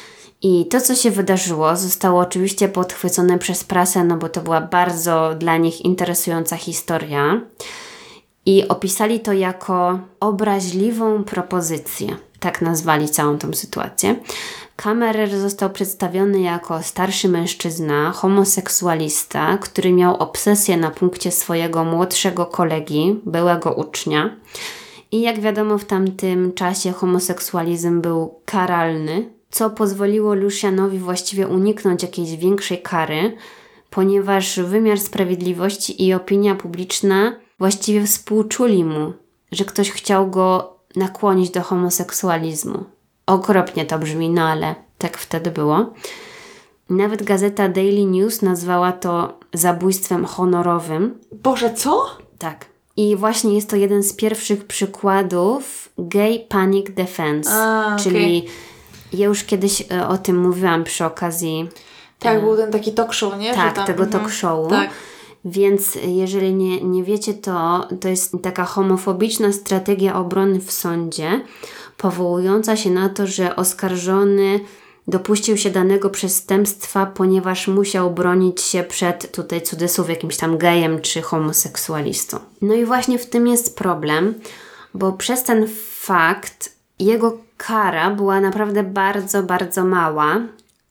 I to, co się wydarzyło, zostało oczywiście podchwycone przez prasę, no bo to była bardzo dla nich interesująca historia. I opisali to jako obraźliwą propozycję. Tak nazwali całą tą sytuację. Kammerer został przedstawiony jako starszy mężczyzna, homoseksualista, który miał obsesję na punkcie swojego młodszego kolegi, byłego ucznia. I jak wiadomo, w tamtym czasie homoseksualizm był karalny, co pozwoliło Lucianowi właściwie uniknąć jakiejś większej kary, ponieważ wymiar sprawiedliwości i opinia publiczna właściwie współczuli mu, że ktoś chciał go nakłonić do homoseksualizmu. Okropnie to brzmi, no ale tak wtedy było. Nawet gazeta Daily News nazwała to zabójstwem honorowym. Boże, co? Tak. I właśnie jest to jeden z pierwszych przykładów gay panic defense, A, czyli okay. Ja już kiedyś o tym mówiłam przy okazji. Tak, e, był ten taki talk show, nie? Tak, tam, tego mhm. talk showu. Tak. Więc jeżeli nie, nie wiecie, to to jest taka homofobiczna strategia obrony w sądzie, powołująca się na to, że oskarżony dopuścił się danego przestępstwa, ponieważ musiał bronić się przed, tutaj cudzysłów, jakimś tam gejem czy homoseksualistą. No i właśnie w tym jest problem, bo przez ten fakt jego kara była naprawdę bardzo, bardzo mała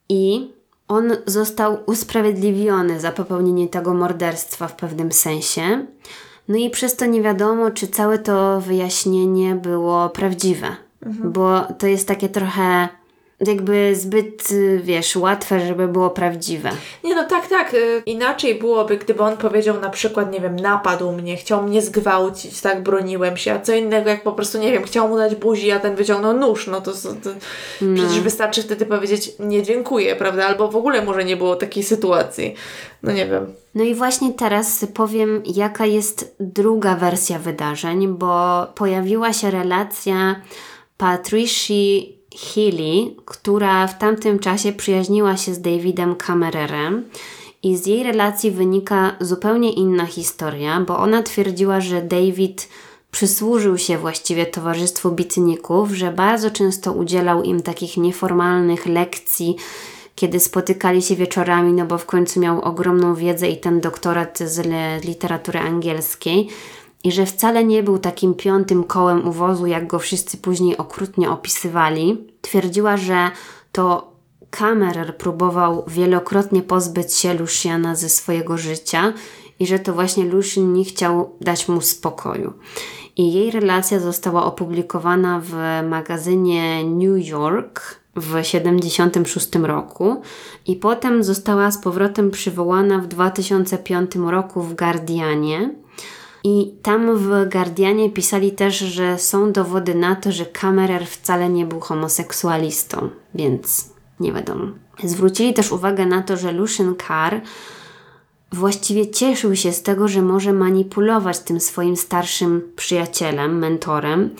i on został usprawiedliwiony za popełnienie tego morderstwa w pewnym sensie. No i przez to nie wiadomo, czy całe to wyjaśnienie było prawdziwe. Mhm. Bo to jest takie trochę jakby zbyt, wiesz, łatwe, żeby było prawdziwe. Nie no, tak, tak. Inaczej byłoby, gdyby on powiedział na przykład, nie wiem, napadł mnie, chciał mnie zgwałcić, tak, broniłem się, a co innego jak po prostu, nie wiem, chciał mu dać buzi, a ten wyciągnął nóż, no to, to no. Przecież wystarczy wtedy powiedzieć nie dziękuję, prawda? Albo w ogóle może nie było takiej sytuacji. No nie wiem. No i właśnie teraz powiem, jaka jest druga wersja wydarzeń, bo pojawiła się relacja Patricia Healy, która w tamtym czasie przyjaźniła się z Davidem Kammererem i z jej relacji wynika zupełnie inna historia, bo ona twierdziła, że David przysłużył się właściwie towarzystwu bitników, że bardzo często udzielał im takich nieformalnych lekcji, kiedy spotykali się wieczorami, no bo w końcu miał ogromną wiedzę i ten doktorat z literatury angielskiej i że wcale nie był takim piątym kołem u wozu, jak go wszyscy później okrutnie opisywali. Twierdziła, że to Kammerer próbował wielokrotnie pozbyć się Luciana ze swojego życia i że to właśnie Lucian nie chciał dać mu spokoju. I jej relacja została opublikowana w magazynie New York w siedemdziesiątym szóstym roku i potem została z powrotem przywołana w dwa tysiące piątym roku w Guardianie. I tam w Guardianie pisali też, że są dowody na to, że Kammerer wcale nie był homoseksualistą, więc nie wiadomo. Zwrócili też uwagę na to, że Lucian Carr właściwie cieszył się z tego, że może manipulować tym swoim starszym przyjacielem, mentorem.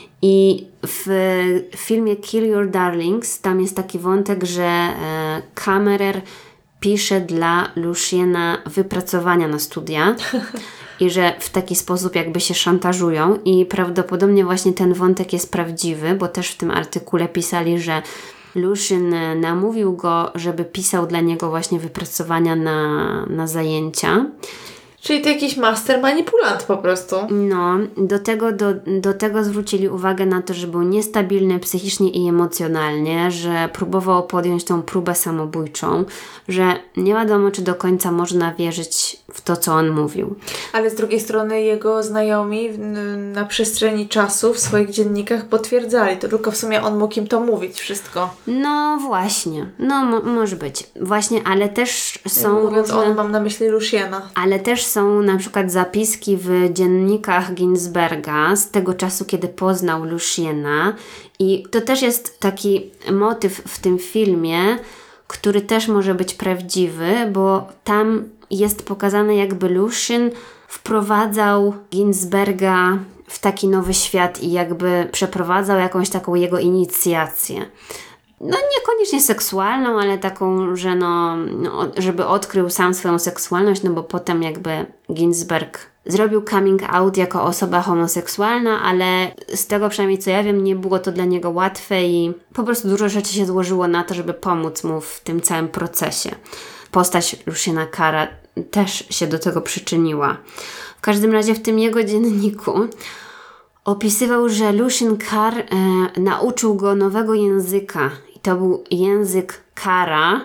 I w filmie Kill Your Darlings tam jest taki wątek, że e, Kammerer pisze dla Luciana wypracowania na studia i że w taki sposób jakby się szantażują i prawdopodobnie właśnie ten wątek jest prawdziwy, bo też w tym artykule pisali, że Lucian namówił go, żeby pisał dla niego właśnie wypracowania na, na zajęcia. Czyli to jakiś master manipulant po prostu. No, do tego, do, do tego zwrócili uwagę na to, że był niestabilny psychicznie i emocjonalnie, że próbował podjąć tą próbę samobójczą, że nie wiadomo, czy do końca można wierzyć w to, co on mówił. Ale z drugiej strony jego znajomi na przestrzeni czasu w swoich dziennikach potwierdzali. To tylko w sumie on mógł im to mówić wszystko. No właśnie, no mo- może być. Właśnie, ale też są Mówiąc różne... on, mam na myśli Luciana. Ale też są na przykład zapiski w dziennikach Ginsberga z tego czasu, kiedy poznał Luciana i to też jest taki motyw w tym filmie, który też może być prawdziwy, bo tam jest pokazane, jakby Lucian wprowadzał Ginsberga w taki nowy świat i jakby przeprowadzał jakąś taką jego inicjację. No niekoniecznie seksualną, ale taką, że no, no, żeby odkrył sam swoją seksualność, no bo potem jakby Ginsberg zrobił coming out jako osoba homoseksualna, ale z tego przynajmniej co ja wiem, nie było to dla niego łatwe i po prostu dużo rzeczy się złożyło na to, żeby pomóc mu w tym całym procesie. Postać Luciana Carra też się do tego przyczyniła. W każdym razie w tym jego dzienniku opisywał, że Lucian Carr e, nauczył go nowego języka. I to był język Carra,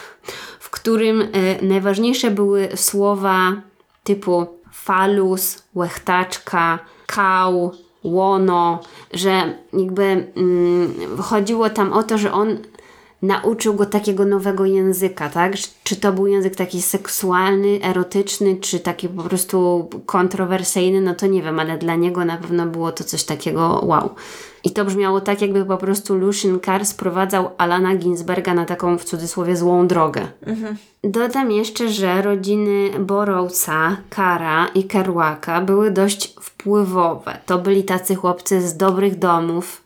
w którym e, najważniejsze były słowa typu falus, łechtaczka, kał, łono, że jakby mm, chodziło tam o to, że on nauczył go takiego nowego języka, tak? Czy to był język taki seksualny, erotyczny, czy taki po prostu kontrowersyjny, no to nie wiem, ale dla niego na pewno było to coś takiego wow. I to brzmiało tak, jakby po prostu Lucian Carr sprowadzał Alana Ginsberga na taką, w cudzysłowie, złą drogę. Mhm. Dodam jeszcze, że rodziny Burroughsa, Carra i Kerouaka były dość wpływowe. To byli tacy chłopcy z dobrych domów,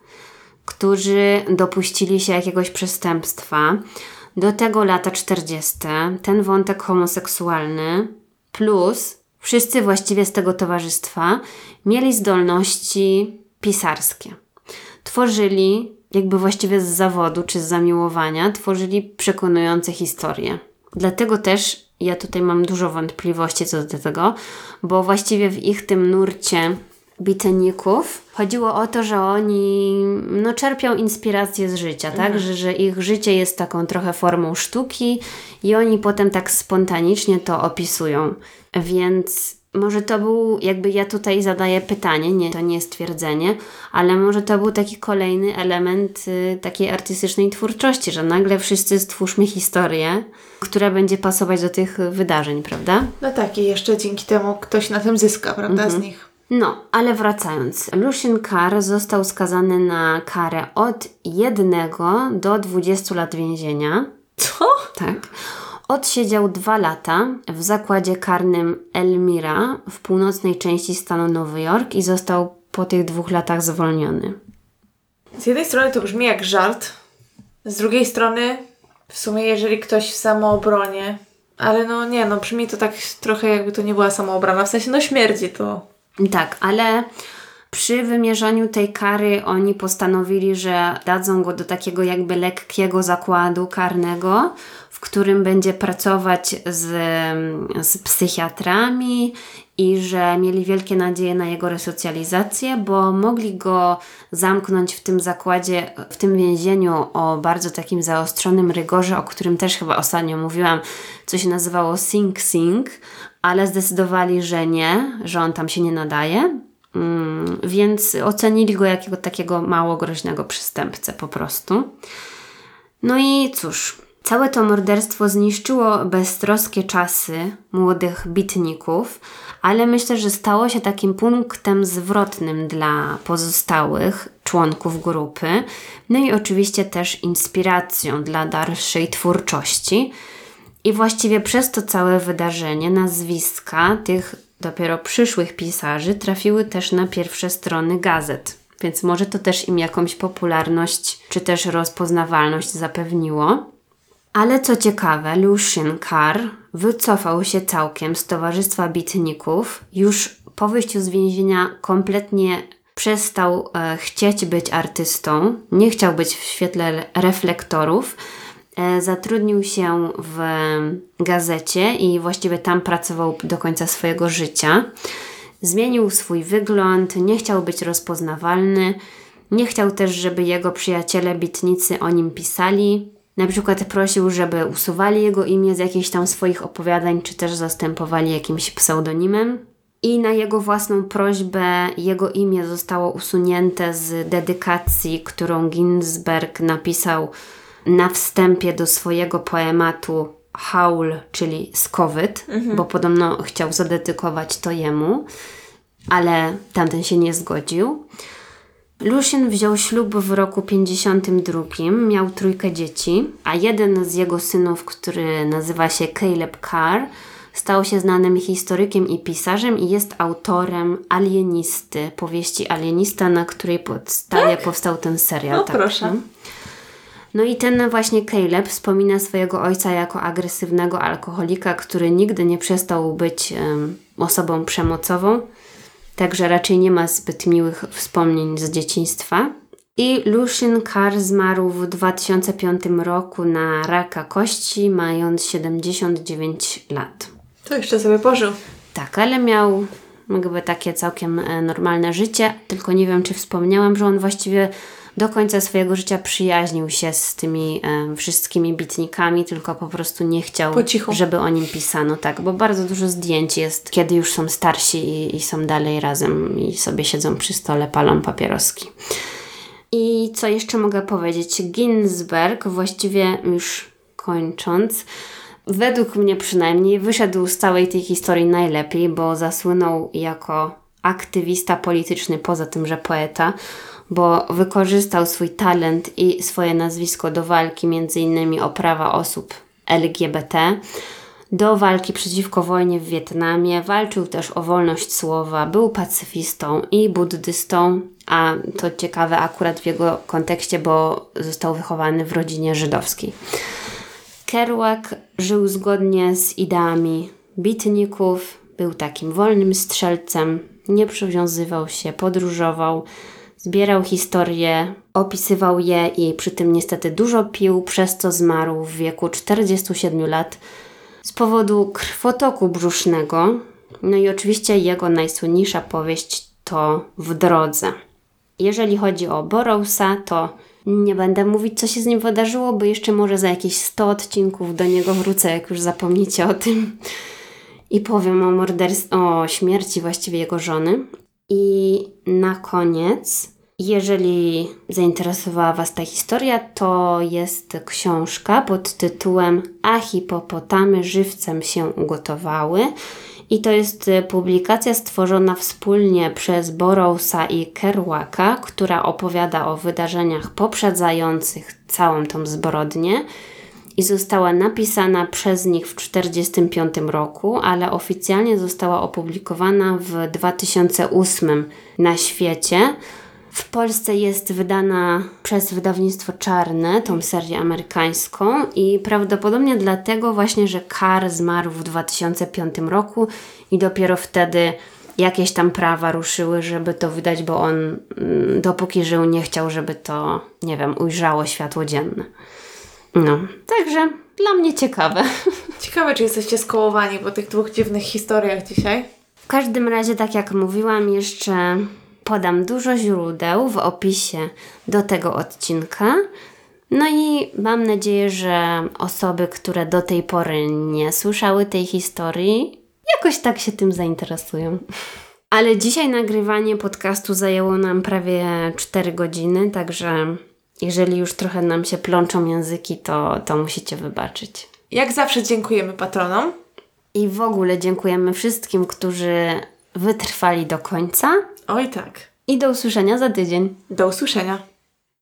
którzy dopuścili się jakiegoś przestępstwa. Do tego lata czterdzieste, ten wątek homoseksualny, plus wszyscy właściwie z tego towarzystwa mieli zdolności pisarskie. Tworzyli, jakby właściwie z zawodu czy z zamiłowania, tworzyli przekonujące historie. Dlatego też ja tutaj mam dużo wątpliwości co do tego, bo właściwie w ich tym nurcie biteników chodziło o to, że oni no, czerpią inspirację z życia, mhm. tak? Że, że ich życie jest taką trochę formą sztuki i oni potem tak spontanicznie to opisują. Więc może to był, jakby ja tutaj zadaję pytanie, nie, to nie jest twierdzenie, ale może to był taki kolejny element y, takiej artystycznej twórczości, że nagle wszyscy stwórzmy historię, która będzie pasować do tych wydarzeń, prawda? No tak, i jeszcze dzięki temu ktoś na tym zyska, prawda, mhm. z nich. No, ale wracając. Lucian Carr został skazany na karę od jednego do dwudziestu lat więzienia. Co? Tak. Odsiedział dwa lata w zakładzie karnym Elmira w północnej części stanu Nowy Jork i został po tych dwóch latach zwolniony. Z jednej strony to brzmi jak żart, z drugiej strony w sumie jeżeli ktoś w samoobronie, ale no nie, no brzmi to tak trochę jakby to nie była samoobrona, w sensie no śmierdzi to. Tak, ale przy wymierzaniu tej kary oni postanowili, że dadzą go do takiego jakby lekkiego zakładu karnego, w którym będzie pracować z, z psychiatrami i że mieli wielkie nadzieje na jego resocjalizację, bo mogli go zamknąć w tym zakładzie, w tym więzieniu o bardzo takim zaostrzonym rygorze, o którym też chyba ostatnio mówiłam, co się nazywało Sing Sing, ale zdecydowali, że nie, że on tam się nie nadaje. Mm, więc ocenili go jako takiego mało groźnego przestępcę po prostu. No i cóż, całe to morderstwo zniszczyło beztroskie czasy młodych bitników, ale myślę, że stało się takim punktem zwrotnym dla pozostałych członków grupy, no i oczywiście też inspiracją dla dalszej twórczości. I właściwie przez to całe wydarzenie nazwiska tych dopiero przyszłych pisarzy trafiły też na pierwsze strony gazet. Więc może to też im jakąś popularność czy też rozpoznawalność zapewniło. Ale co ciekawe, Lucien Carr wycofał się całkiem z Towarzystwa Bitników. Już po wyjściu z więzienia kompletnie przestał e, chcieć być artystą. Nie chciał być w świetle reflektorów. E, zatrudnił się w gazecie i właściwie tam pracował do końca swojego życia. Zmienił swój wygląd, nie chciał być rozpoznawalny. Nie chciał też, żeby jego przyjaciele bitnicy o nim pisali. Na przykład prosił, żeby usuwali jego imię z jakichś tam swoich opowiadań, czy też zastępowali jakimś pseudonimem. I na jego własną prośbę jego imię zostało usunięte z dedykacji, którą Ginsberg napisał na wstępie do swojego poematu Haul, czyli skowyt, mhm. bo podobno chciał zadedykować to jemu, ale tamten się nie zgodził. Lucien wziął ślub w roku pięćdziesiątym drugim, miał trójkę dzieci, a jeden z jego synów, który nazywa się Caleb Carr, stał się znanym historykiem i pisarzem i jest autorem Alienisty, powieści Alienista, na której podstawie tak? powstał ten serial. No tak, proszę. No? no i ten właśnie Caleb wspomina swojego ojca jako agresywnego alkoholika, który nigdy nie przestał być um, osobą przemocową. Także raczej nie ma zbyt miłych wspomnień z dzieciństwa. I Lucien Carr zmarł w dwa tysiące piątym roku na raka kości, mając siedemdziesiąt dziewięć lat. To jeszcze sobie pożył. Tak, ale miał jakby takie całkiem normalne życie, tylko nie wiem, czy wspomniałam, że on właściwie do końca swojego życia przyjaźnił się z tymi e, wszystkimi bitnikami, tylko po prostu nie chciał, żeby o nim pisano. Tak, bo bardzo dużo zdjęć jest, kiedy już są starsi i, i są dalej razem i sobie siedzą przy stole, palą papieroski. I co jeszcze mogę powiedzieć? Ginsberg, właściwie już kończąc, według mnie przynajmniej wyszedł z całej tej historii najlepiej, bo zasłynął jako aktywista polityczny, poza tym, że poeta, bo wykorzystał swój talent i swoje nazwisko do walki między innymi o prawa osób L G B T, do walki przeciwko wojnie w Wietnamie, walczył też o wolność słowa, był pacyfistą i buddystą, a to ciekawe akurat w jego kontekście, bo został wychowany w rodzinie żydowskiej. Kerouac żył zgodnie z ideami bitników, był takim wolnym strzelcem, nie przywiązywał się, podróżował, zbierał historie, opisywał je i przy tym niestety dużo pił, przez co zmarł w wieku czterdziestu siedmiu lat z powodu krwotoku brzusznego. No i oczywiście jego najsłynniejsza powieść to W drodze. Jeżeli chodzi o Burroughsa, to nie będę mówić, co się z nim wydarzyło, bo jeszcze może za jakieś sto odcinków do niego wrócę, jak już zapomnicie o tym. I powiem o morderstwie, o śmierci właściwie jego żony. I na koniec, jeżeli zainteresowała Was ta historia, to jest książka pod tytułem A hipopotamy żywcem się ugotowały. I to jest publikacja stworzona wspólnie przez Burroughsa i Kerouaca, która opowiada o wydarzeniach poprzedzających całą tą zbrodnię i została napisana przez nich w tysiąc dziewięćset czterdziestym piątym roku, ale oficjalnie została opublikowana w dwa tysiące ósmym na świecie W Polsce jest wydana przez wydawnictwo Czarne, tą serię amerykańską i prawdopodobnie dlatego właśnie, że Carr zmarł w dwa tysiące piątym roku i dopiero wtedy jakieś tam prawa ruszyły, żeby to wydać, bo on mm, dopóki żył nie chciał, żeby to, nie wiem, ujrzało światło dzienne. No, także dla mnie ciekawe. Ciekawe, czy jesteście skołowani po tych dwóch dziwnych historiach dzisiaj. W każdym razie, tak jak mówiłam, jeszcze podam dużo źródeł w opisie do tego odcinka. No i mam nadzieję, że osoby, które do tej pory nie słyszały tej historii, jakoś tak się tym zainteresują. Ale dzisiaj nagrywanie podcastu zajęło nam prawie cztery godziny, także jeżeli już trochę nam się plączą języki, to, to musicie wybaczyć. Jak zawsze dziękujemy patronom. I w ogóle dziękujemy wszystkim, którzy wytrwali do końca. Oj tak. I do usłyszenia za tydzień. Do usłyszenia.